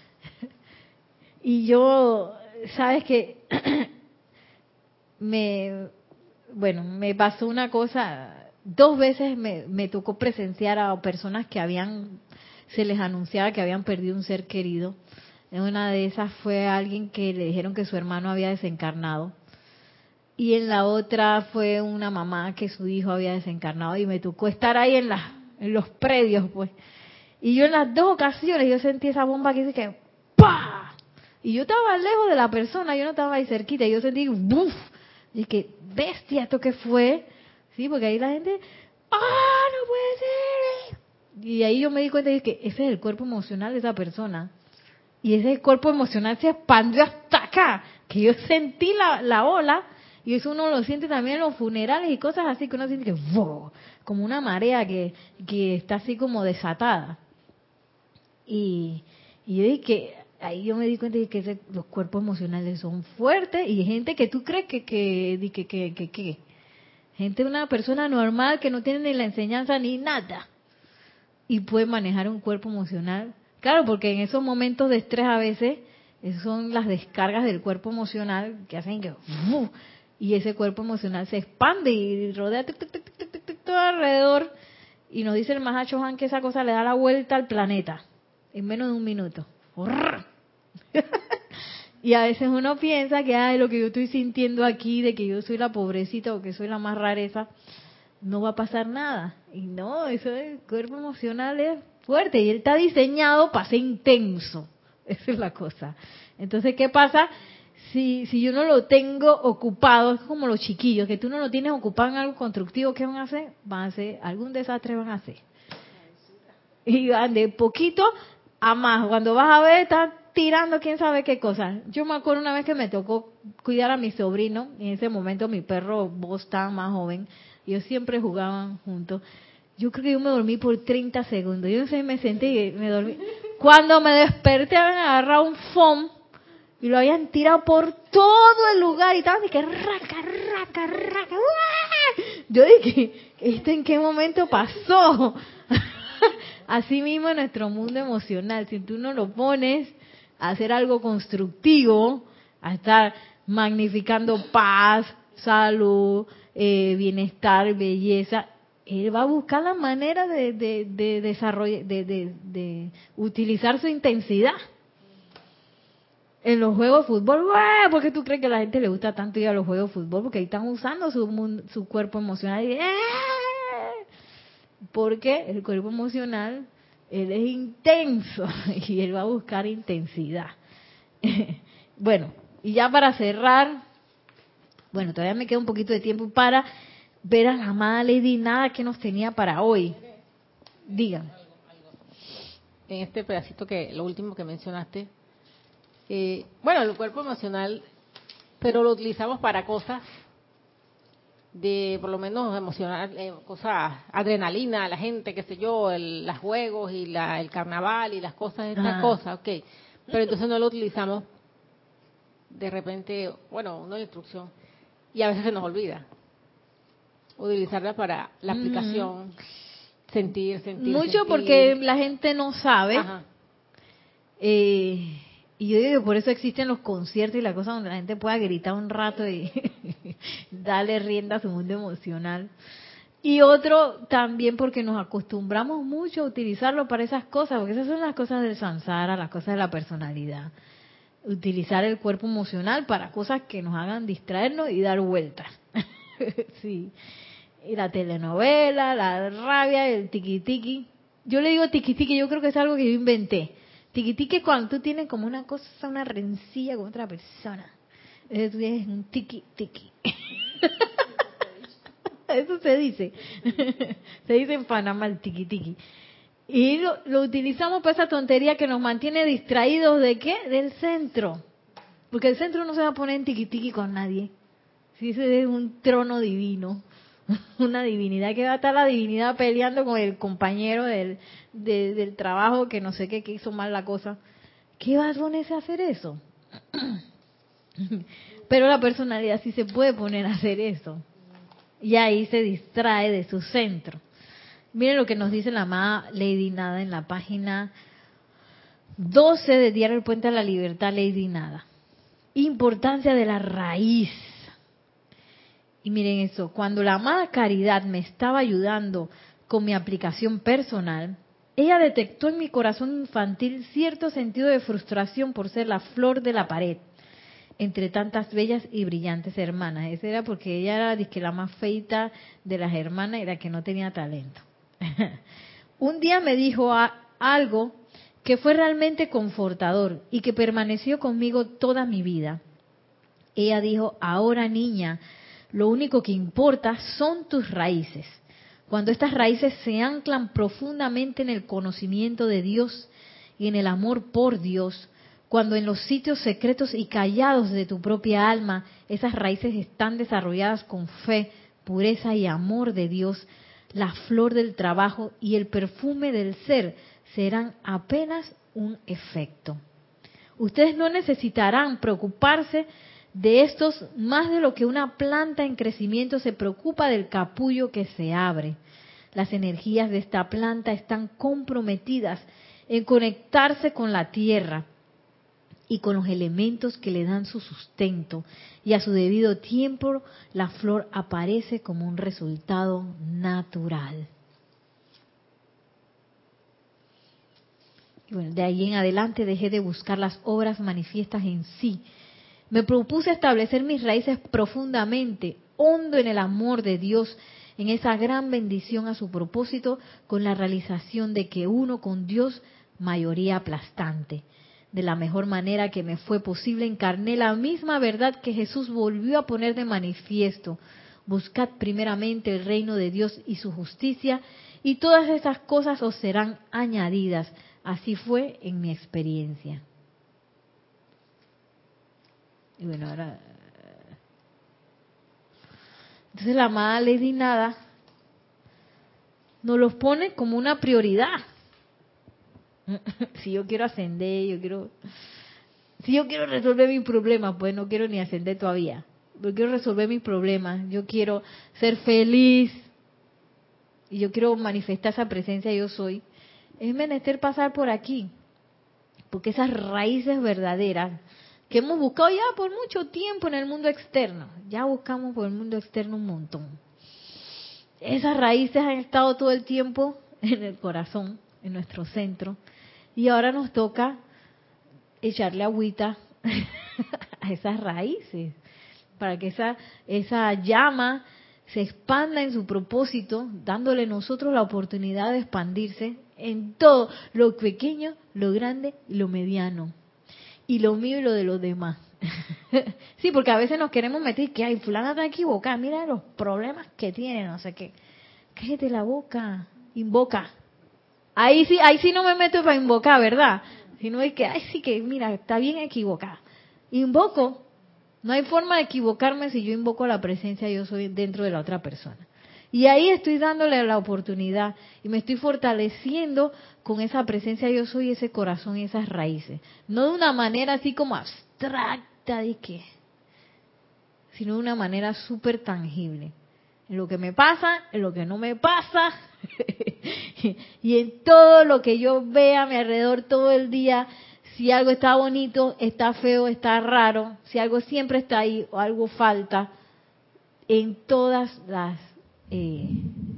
Y yo, sabes que me, bueno, me pasó una cosa dos veces me, me tocó presenciar a personas que habían, se les anunciaba que habían perdido un ser querido. En una de esas fue alguien que le dijeron que su hermano había desencarnado. Y en la otra fue una mamá que su hijo había desencarnado y me tocó estar ahí en, la, en los predios, pues. Y yo en las dos ocasiones yo sentí esa bomba que dice que ¡pah! Y yo estaba lejos de la persona, yo no estaba ahí cerquita, y yo sentí ¡buf! Y que bestia, ¿esto qué fue? Sí, porque ahí la gente, ¡ah, no puede ser! Y ahí yo me di cuenta de que ese es el cuerpo emocional de esa persona. Y ese cuerpo emocional se expandió hasta acá, que yo sentí la, la ola, y eso uno lo siente también en los funerales y cosas así, que uno siente que ¡wow! Como una marea que, que está así como desatada. Y, y yo dije que ahí yo me di cuenta de que ese, los cuerpos emocionales son fuertes, y gente que tú crees que, que, que, que, que, que gente, una persona normal que no tiene ni la enseñanza ni nada, y puede manejar un cuerpo emocional. Claro, porque en esos momentos de estrés a veces son las descargas del cuerpo emocional que hacen que ¡uf! Y ese cuerpo emocional se expande y rodea tic, tic, tic, tic, tic, tic, todo alrededor, y nos dice el Mahacho Han que esa cosa le da la vuelta al planeta en menos de un minuto. Y a veces uno piensa que ay, lo que yo estoy sintiendo aquí, de que yo soy la pobrecita o que soy la más rareza, no va a pasar nada. Y no, eso del cuerpo emocional es fuerte y él está diseñado para ser intenso. Esa es la cosa. Entonces, ¿qué pasa? Si, si yo no lo tengo ocupado, es como los chiquillos, que tú no lo tienes ocupado en algo constructivo, ¿qué van a hacer? Van a hacer, algún desastre van a hacer. Y van de poquito a más. Cuando vas a ver, están tirando quién sabe qué cosa. Yo me acuerdo una vez que me tocó cuidar a mi sobrino, y en ese momento mi perro vos estaba más joven, y ellos siempre jugaban juntos. Yo creo que yo me dormí por treinta segundos. Yo no sé, me senté y me dormí. Cuando me desperté, habían agarrado un foam y lo habían tirado por todo el lugar y estaban de que raca, raca, raca. ¡Uah! Yo dije, ¿esto en qué momento pasó? Así mismo en nuestro mundo emocional, si tú no lo pones a hacer algo constructivo, a estar magnificando paz, salud, eh, bienestar, belleza, él va a buscar la manera de, de, de desarrollar, de, de, de utilizar su intensidad. En los juegos de fútbol, ¡buah! ¿Por qué tú crees que a la gente le gusta tanto ir a los juegos de fútbol? Porque ahí están usando su, mundo, su cuerpo emocional. Y, ¡eh! Porque el cuerpo emocional, él es intenso y él va a buscar intensidad. Bueno, y ya para cerrar, bueno, todavía me queda un poquito de tiempo para ver a la amada Lady Nada que nos tenía para hoy. Digan. En este pedacito que, lo último que mencionaste, eh, bueno, el cuerpo emocional, pero lo utilizamos para cosas de, por lo menos emocional, eh, cosas, adrenalina, la gente, qué sé yo, el, los juegos y la, el carnaval y las cosas, estas Ah. cosas, ok. Pero entonces no lo utilizamos de repente, bueno, una instrucción, y a veces se nos olvida utilizarla para la aplicación, mm. sentir, sentir, Mucho sentir. Porque la gente no sabe. Ajá. Eh, y yo digo que por eso existen los conciertos y la cosa donde la gente pueda gritar un rato y darle rienda a su mundo emocional. Y otro también porque nos acostumbramos mucho a utilizarlo para esas cosas, porque esas son las cosas del samsara, las cosas de la personalidad. Utilizar el cuerpo emocional para cosas que nos hagan distraernos y dar vueltas. Sí. Y la telenovela, la rabia, el tiquitiqui. Yo le digo tiquitiqui, yo creo que es algo que yo inventé. Tiquitiqui es cuando tú tienes como una cosa, una rencilla con otra persona. Eso es un tiqui-tiqui. Eso se dice. Se dice en Panamá el tiqui-tiqui. Y lo, lo utilizamos para esa tontería que nos mantiene distraídos de qué? Del centro. Porque el centro no se va a poner en tiqui-tiqui con nadie. Si ese es un trono divino. Una divinidad, que va a estar la divinidad peleando con el compañero del, de, del trabajo que no sé qué, que hizo mal la cosa. ¿Qué va a ponerse a hacer eso? Pero la personalidad sí se puede poner a hacer eso. Y ahí se distrae de su centro. Miren lo que nos dice la amada Lady Nada en la página doce de Diario El Puente a la Libertad, Lady Nada. Importancia de la raíz. Y miren eso, cuando la amada Caridad me estaba ayudando con mi aplicación personal, ella detectó en mi corazón infantil cierto sentido de frustración por ser la flor de la pared entre tantas bellas y brillantes hermanas. Esa era porque ella era dizque, la más feita de las hermanas y la que no tenía talento. Un día me dijo a, algo que fue realmente confortador y que permaneció conmigo toda mi vida. Ella dijo: ahora, niña, lo único que importa son tus raíces. Cuando estas raíces se anclan profundamente en el conocimiento de Dios y en el amor por Dios, cuando en los sitios secretos y callados de tu propia alma esas raíces están desarrolladas con fe, pureza y amor de Dios, la flor del trabajo y el perfume del ser serán apenas un efecto. Ustedes no necesitarán preocuparse de estos más de lo que una planta en crecimiento se preocupa del capullo que se abre. Las energías de esta planta están comprometidas en conectarse con la tierra y con los elementos que le dan su sustento, y a su debido tiempo la flor aparece como un resultado natural. Y bueno, de ahí en adelante dejé de buscar las obras manifiestas en sí. Me propuse establecer mis raíces profundamente, hondo en el amor de Dios, en esa gran bendición a su propósito, con la realización de que uno con Dios, mayoría aplastante. De la mejor manera que me fue posible, encarné la misma verdad que Jesús volvió a poner de manifiesto. Buscad primeramente el reino de Dios y su justicia, y todas esas cosas os serán añadidas. Así fue en mi experiencia. Y bueno, ahora... Entonces la amada Lady Nada nos los pone como una prioridad. Si yo quiero ascender, yo quiero... Si yo quiero resolver mis problemas, pues no quiero ni ascender todavía. Yo quiero resolver mis problemas, yo quiero ser feliz y yo quiero manifestar esa presencia yo soy. Es menester pasar por aquí, porque esas raíces verdaderas que hemos buscado ya por mucho tiempo en el mundo externo, ya buscamos por el mundo externo un montón. Esas raíces han estado todo el tiempo en el corazón, en nuestro centro, y ahora nos toca echarle agüita a esas raíces para que esa esa llama se expanda en su propósito, dándole a nosotros la oportunidad de expandirse en todo, lo pequeño, lo grande y lo mediano, y lo mío y lo de los demás. Sí, porque a veces nos queremos meter que, ay, fulana está equivocada, mira los problemas que tiene, no sé qué. Cállate la boca, invoca. Ahí sí, ahí sí no me meto para invocar, ¿verdad? Sino es que, ay, sí que, mira, está bien equivocada. Invoco. No hay forma de equivocarme si yo invoco la presencia yo soy dentro de la otra persona. Y ahí estoy dándole la oportunidad y me estoy fortaleciendo con esa presencia yo soy, ese corazón y esas raíces. No de una manera así como abstracta de qué, sino de una manera súper tangible. En lo que me pasa, en lo que no me pasa, y en todo lo que yo vea a mi alrededor todo el día. Si algo está bonito, está feo, está raro, si algo siempre está ahí o algo falta, en todas las... Eh...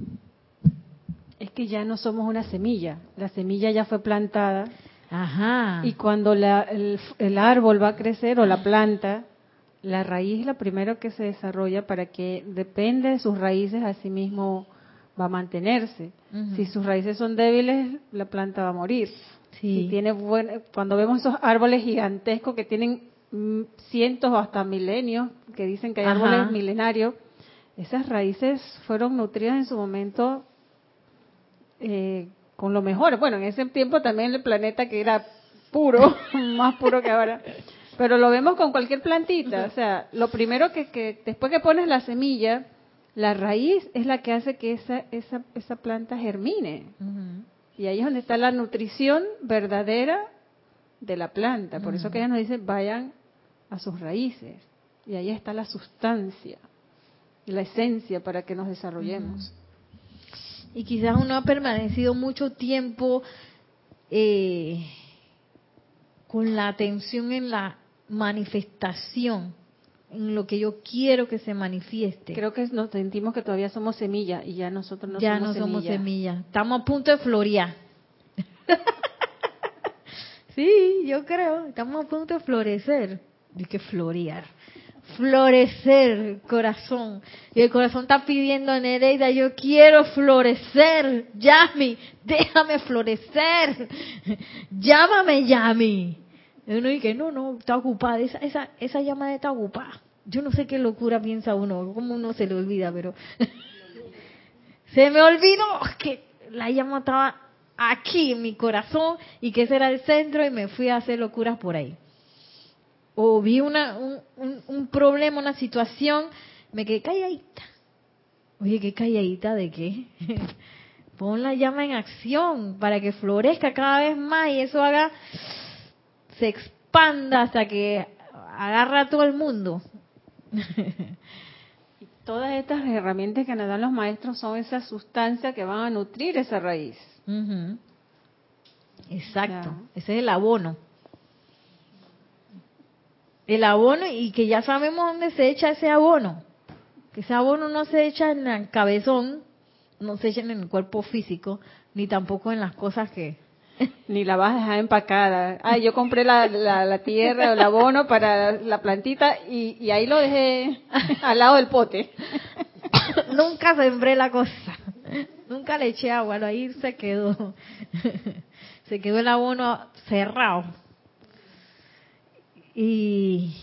Es que ya no somos una semilla, la semilla ya fue plantada. Ajá. Y cuando la, el, el árbol va a crecer o la planta, la raíz es lo primero que se desarrolla para que depende de sus raíces, así mismo va a mantenerse. Uh-huh. Si sus raíces son débiles, la planta va a morir. Sí. Si tiene buen, cuando vemos esos árboles gigantescos que tienen mm, cientos o hasta milenios, que dicen que hay Ajá. árboles milenarios, esas raíces fueron nutridas en su momento eh, con lo mejor. Bueno, en ese tiempo también el planeta que era puro, más puro que ahora. Pero lo vemos con cualquier plantita. O sea, lo primero que, que después que pones la semilla, la raíz es la que hace que esa esa esa planta germine. Uh-huh. Y ahí es donde está la nutrición verdadera de la planta. Por uh-huh. eso que ella nos dice, vayan a sus raíces. Y ahí está la sustancia, la esencia para que nos desarrollemos. Uh-huh. Y quizás uno ha permanecido mucho tiempo eh, con la atención en la manifestación en lo que yo quiero que se manifieste. Creo que nos sentimos que todavía somos semilla y ya nosotros no ya somos no somos semilla. semilla. Estamos a punto de florear. Sí, yo creo. Estamos a punto de florecer. ¿De qué florear? Florecer, corazón. Y el corazón está pidiendo a Nereida, yo quiero florecer. Yami, déjame florecer. Llámame, Yami. Y uno dice, no, no, está ocupada. Esa, esa, esa llamada está ocupada. Yo no sé qué locura piensa uno, cómo uno se le olvida, pero se me olvidó que la llama estaba aquí en mi corazón y que ese era el centro y me fui a hacer locuras por ahí. O vi una, un, un, un problema, una situación, me quedé calladita. Oye, ¿qué calladita de qué? Pon la llama en acción para que florezca cada vez más y eso haga, se expanda hasta que agarra a todo el mundo. Y todas estas herramientas que nos dan los maestros son esa sustancia que van a nutrir esa raíz. Uh-huh. Exacto, Ya. ese es el abono. El abono, y que ya sabemos dónde se echa ese abono. Que ese abono no se echa en el cabezón, no se echa en el cuerpo físico, ni tampoco en las cosas que... Ni la vas a dejar empacada. Ah, yo compré la, la, la tierra o el abono para la plantita y, y ahí lo dejé al lado del pote. Nunca sembré la cosa. Nunca le eché agua, ahí se quedó. Se quedó el abono cerrado. Y,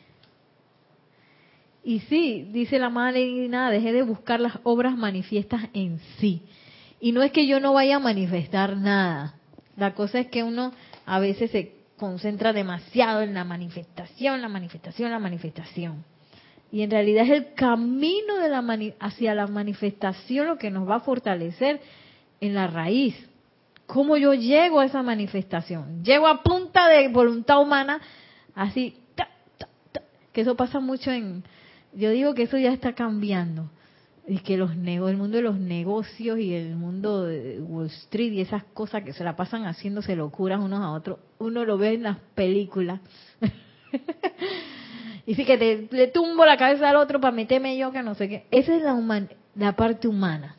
y sí, dice la madre, nada, dejé de buscar las obras manifiestas en sí. Y no es que yo no vaya a manifestar nada. La cosa es que uno a veces se concentra demasiado en la manifestación, la manifestación, la manifestación. Y en realidad es el camino de la mani- hacia la manifestación lo que nos va a fortalecer en la raíz. ¿Cómo yo llego a esa manifestación? Llego a punta de voluntad humana, así, ta, ta, ta, que eso pasa mucho en... Yo digo que eso ya está cambiando. Y que los nego, el mundo de los negocios y el mundo de Wall Street y esas cosas que se la pasan haciéndose locuras unos a otros, uno lo ve en las películas. Y sí que te, le tumbo la cabeza al otro para meterme yo que no sé qué. Esa es la, human, la parte humana.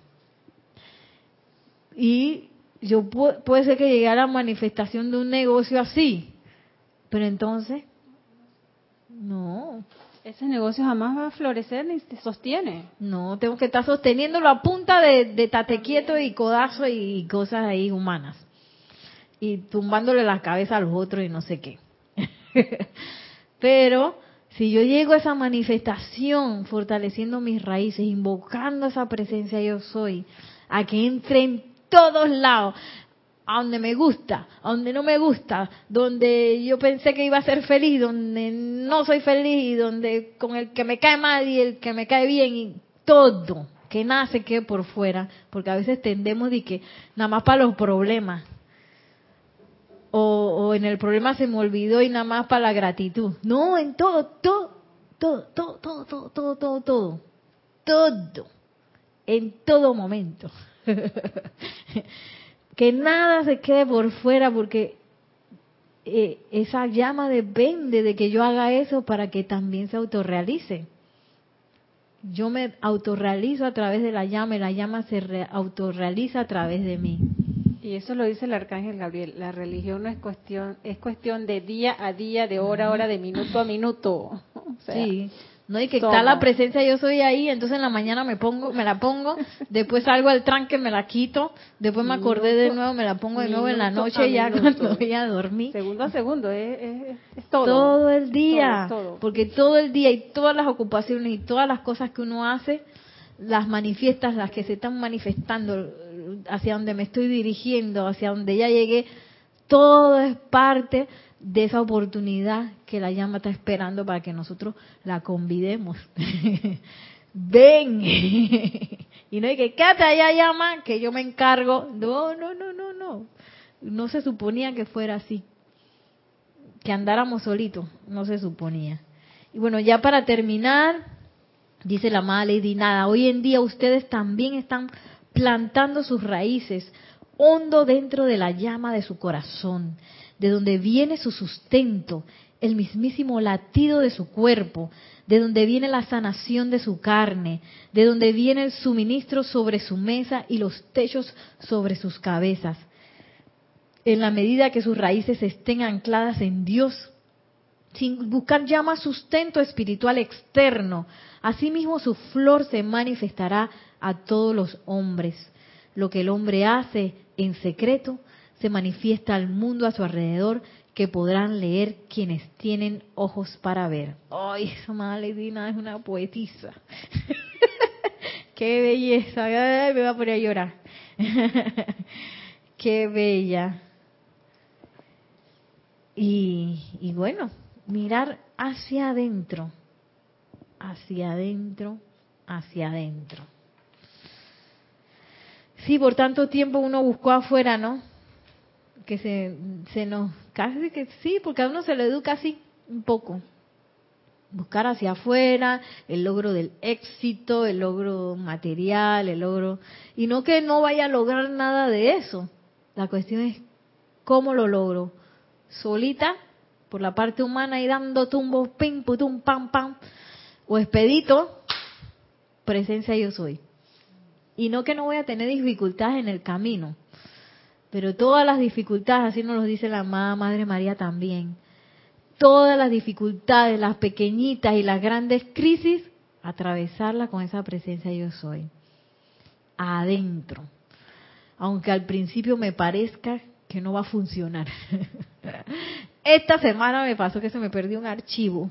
Y yo pu puede ser que llegue a la manifestación de un negocio así, pero entonces, no. Ese negocio jamás va a florecer ni se sostiene. No, tengo que estar sosteniéndolo a punta de, de tate quieto y codazo y cosas ahí humanas. Y tumbándole la cabeza a los otros y no sé qué. Pero si yo llego a esa manifestación, fortaleciendo mis raíces, invocando esa presencia yo soy, a que entre en todos lados, a donde me gusta, a donde no me gusta, donde yo pensé que iba a ser feliz, donde no soy feliz, y donde con el que me cae mal y el que me cae bien, y todo, que nada se quede por fuera, porque a veces tendemos de que nada más para los problemas, o, o en el problema se me olvidó y nada más para la gratitud. No, en todo, todo, todo, todo, todo, todo, todo, todo, todo, todo, en todo momento. Que nada se quede por fuera, porque eh, esa llama depende de que yo haga eso para que también se autorrealice. Yo me autorrealizo a través de la llama y la llama se re- autorrealiza a través de mí. Y eso lo dice el arcángel Gabriel. La religión no es cuestión, es cuestión de día a día, de hora a hora, de minuto a minuto. O sea, Sí, no hay que somos. está la presencia, yo soy ahí, entonces en la mañana me pongo, me la pongo, después salgo al tranque, me la quito, después me acordé de nuevo, me la pongo de nuevo en la Minuto noche a ya minuto. cuando voy a dormir. Segundo a segundo, es, es, es todo. Todo el día, Todo, todo. porque todo el día y todas las ocupaciones y todas las cosas que uno hace, las manifiestas, las que se están manifestando, hacia donde me estoy dirigiendo, hacia donde ya llegué, todo es parte de esa oportunidad que la llama está esperando para que nosotros la convidemos. Ven. Y no hay que quédate allá, llama, que yo me encargo. No, no, no, no, no. No se suponía que fuera así. Que andáramos solitos, no se suponía. Y bueno, ya para terminar, dice la amada Lady Nada, hoy en día ustedes también están plantando sus raíces hondo dentro de la llama de su corazón, de donde viene su sustento, el mismísimo latido de su cuerpo, de donde viene la sanación de su carne, de donde viene el suministro sobre su mesa y los techos sobre sus cabezas. En la medida que sus raíces estén ancladas en Dios, sin buscar ya más sustento espiritual externo, asimismo su flor se manifestará a todos los hombres. Lo que el hombre hace en secreto se manifiesta al mundo a su alrededor, que podrán leer quienes tienen ojos para ver. ¡Ay, esa madre Dina es una poetisa! ¡Qué belleza! Ay, me voy a poner a llorar. ¡Qué bella! Y, y bueno, mirar hacia adentro, hacia adentro, hacia adentro. Sí, por tanto tiempo uno buscó afuera, ¿no? Que se, se nos, casi que sí, porque a uno se le educa así un poco. Buscar hacia afuera, el logro del éxito, el logro material, el logro... Y no que no vaya a lograr nada de eso. La cuestión es cómo lo logro. Solita, por la parte humana, y dando tumbos, pim, putum, pam, pam. O expedito, presencia yo soy. Y no que no voy a tener dificultades en el camino. Pero todas las dificultades, así nos lo dice la amada Madre María también, todas las dificultades, las pequeñitas y las grandes crisis, atravesarlas con esa presencia yo soy. Adentro. Aunque al principio me parezca que no va a funcionar. Esta semana me pasó que se me perdió un archivo.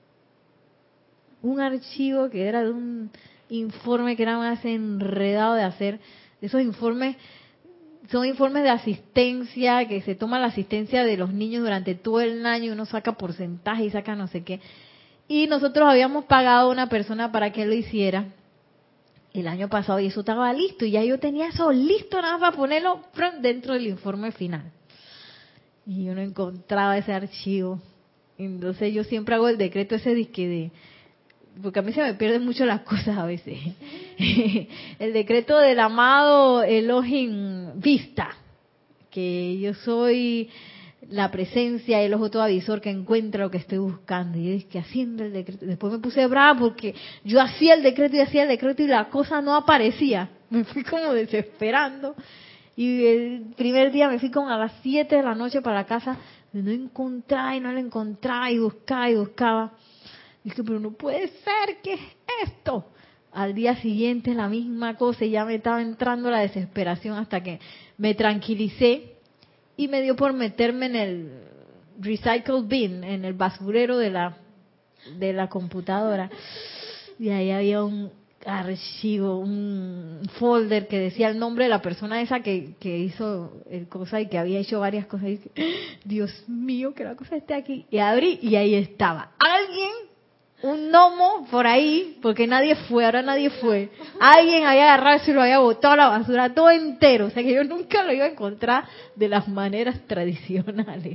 Un archivo que era de un informe que era más enredado de hacer. De esos informes... Son informes de asistencia, que se toma la asistencia de los niños durante todo el año y uno saca porcentaje y saca no sé qué. Y nosotros habíamos pagado a una persona para que lo hiciera el año pasado y eso estaba listo. Y ya yo tenía eso listo nada más para ponerlo dentro del informe final. Y yo no encontraba ese archivo. Entonces yo siempre hago el decreto ese disque de... Porque a mí se me pierden mucho las cosas a veces. El decreto del amado Elohim Vista, que yo soy la presencia, el ojo todo avisor que encuentra lo que estoy buscando. Y yo dije, haciendo el decreto. Después me puse brava porque yo hacía el decreto y hacía el decreto y la cosa no aparecía. Me fui como desesperando. Y el primer día me fui como a las siete de la noche para la casa. Y no encontraba y no la encontraba y buscaba y buscaba. Dije, pero no puede ser, ¿qué es esto? Al día siguiente la misma cosa y ya me estaba entrando la desesperación hasta que me tranquilicé y me dio por meterme en el recycle bin, en el basurero de la de la computadora. Y ahí había un archivo, un folder que decía el nombre de la persona esa que, que hizo el cosa y que había hecho varias cosas. Y dije, Dios mío, que la cosa esté aquí. Y abrí y ahí estaba. Alguien... Un gnomo por ahí, porque nadie fue, ahora nadie fue. Alguien había agarrado eso y lo había botado a la basura todo entero. O sea que yo nunca lo iba a encontrar de las maneras tradicionales.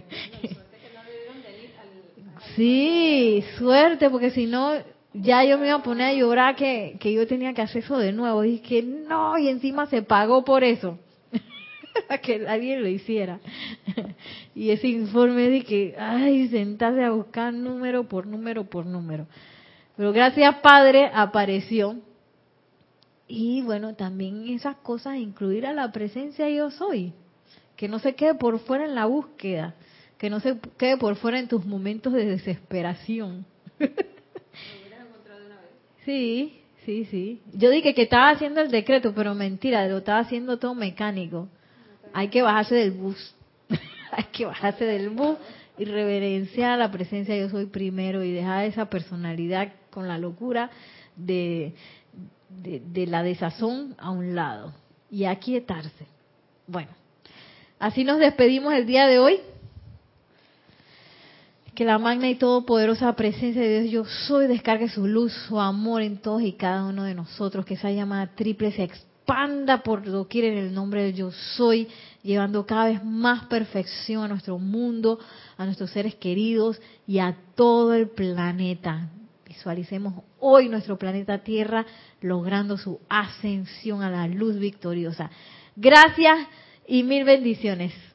Sí, suerte, porque si no, ya yo me iba a poner a llorar que, que yo tenía que hacer eso de nuevo. Y dije, no, y encima se pagó por eso. A que alguien lo hiciera. Y ese informe de que, ay, sentarse a buscar número por número por número. Pero gracias, Padre, apareció. Y bueno, también esas cosas, incluir a la presencia yo soy. Que no se quede por fuera en la búsqueda. Que no se quede por fuera en tus momentos de desesperación. ¿Lo hubieras encontrado una vez? Sí, sí, sí. Yo dije que estaba haciendo el decreto, pero mentira, lo estaba haciendo todo mecánico. Hay que bajarse del bus. Hay que bajarse del bus y reverenciar a la presencia yo soy primero y dejar esa personalidad con la locura de, de, de la desazón a un lado y aquietarse. Bueno, así nos despedimos el día de hoy. Que la magna y todopoderosa presencia de Dios yo soy descargue su luz, su amor en todos y cada uno de nosotros, que esa llamada triple se expanda por doquier en el nombre de yo soy, llevando cada vez más perfección a nuestro mundo, a nuestros seres queridos y a todo el planeta. Visualicemos hoy nuestro planeta Tierra logrando su ascensión a la luz victoriosa. Gracias y mil bendiciones.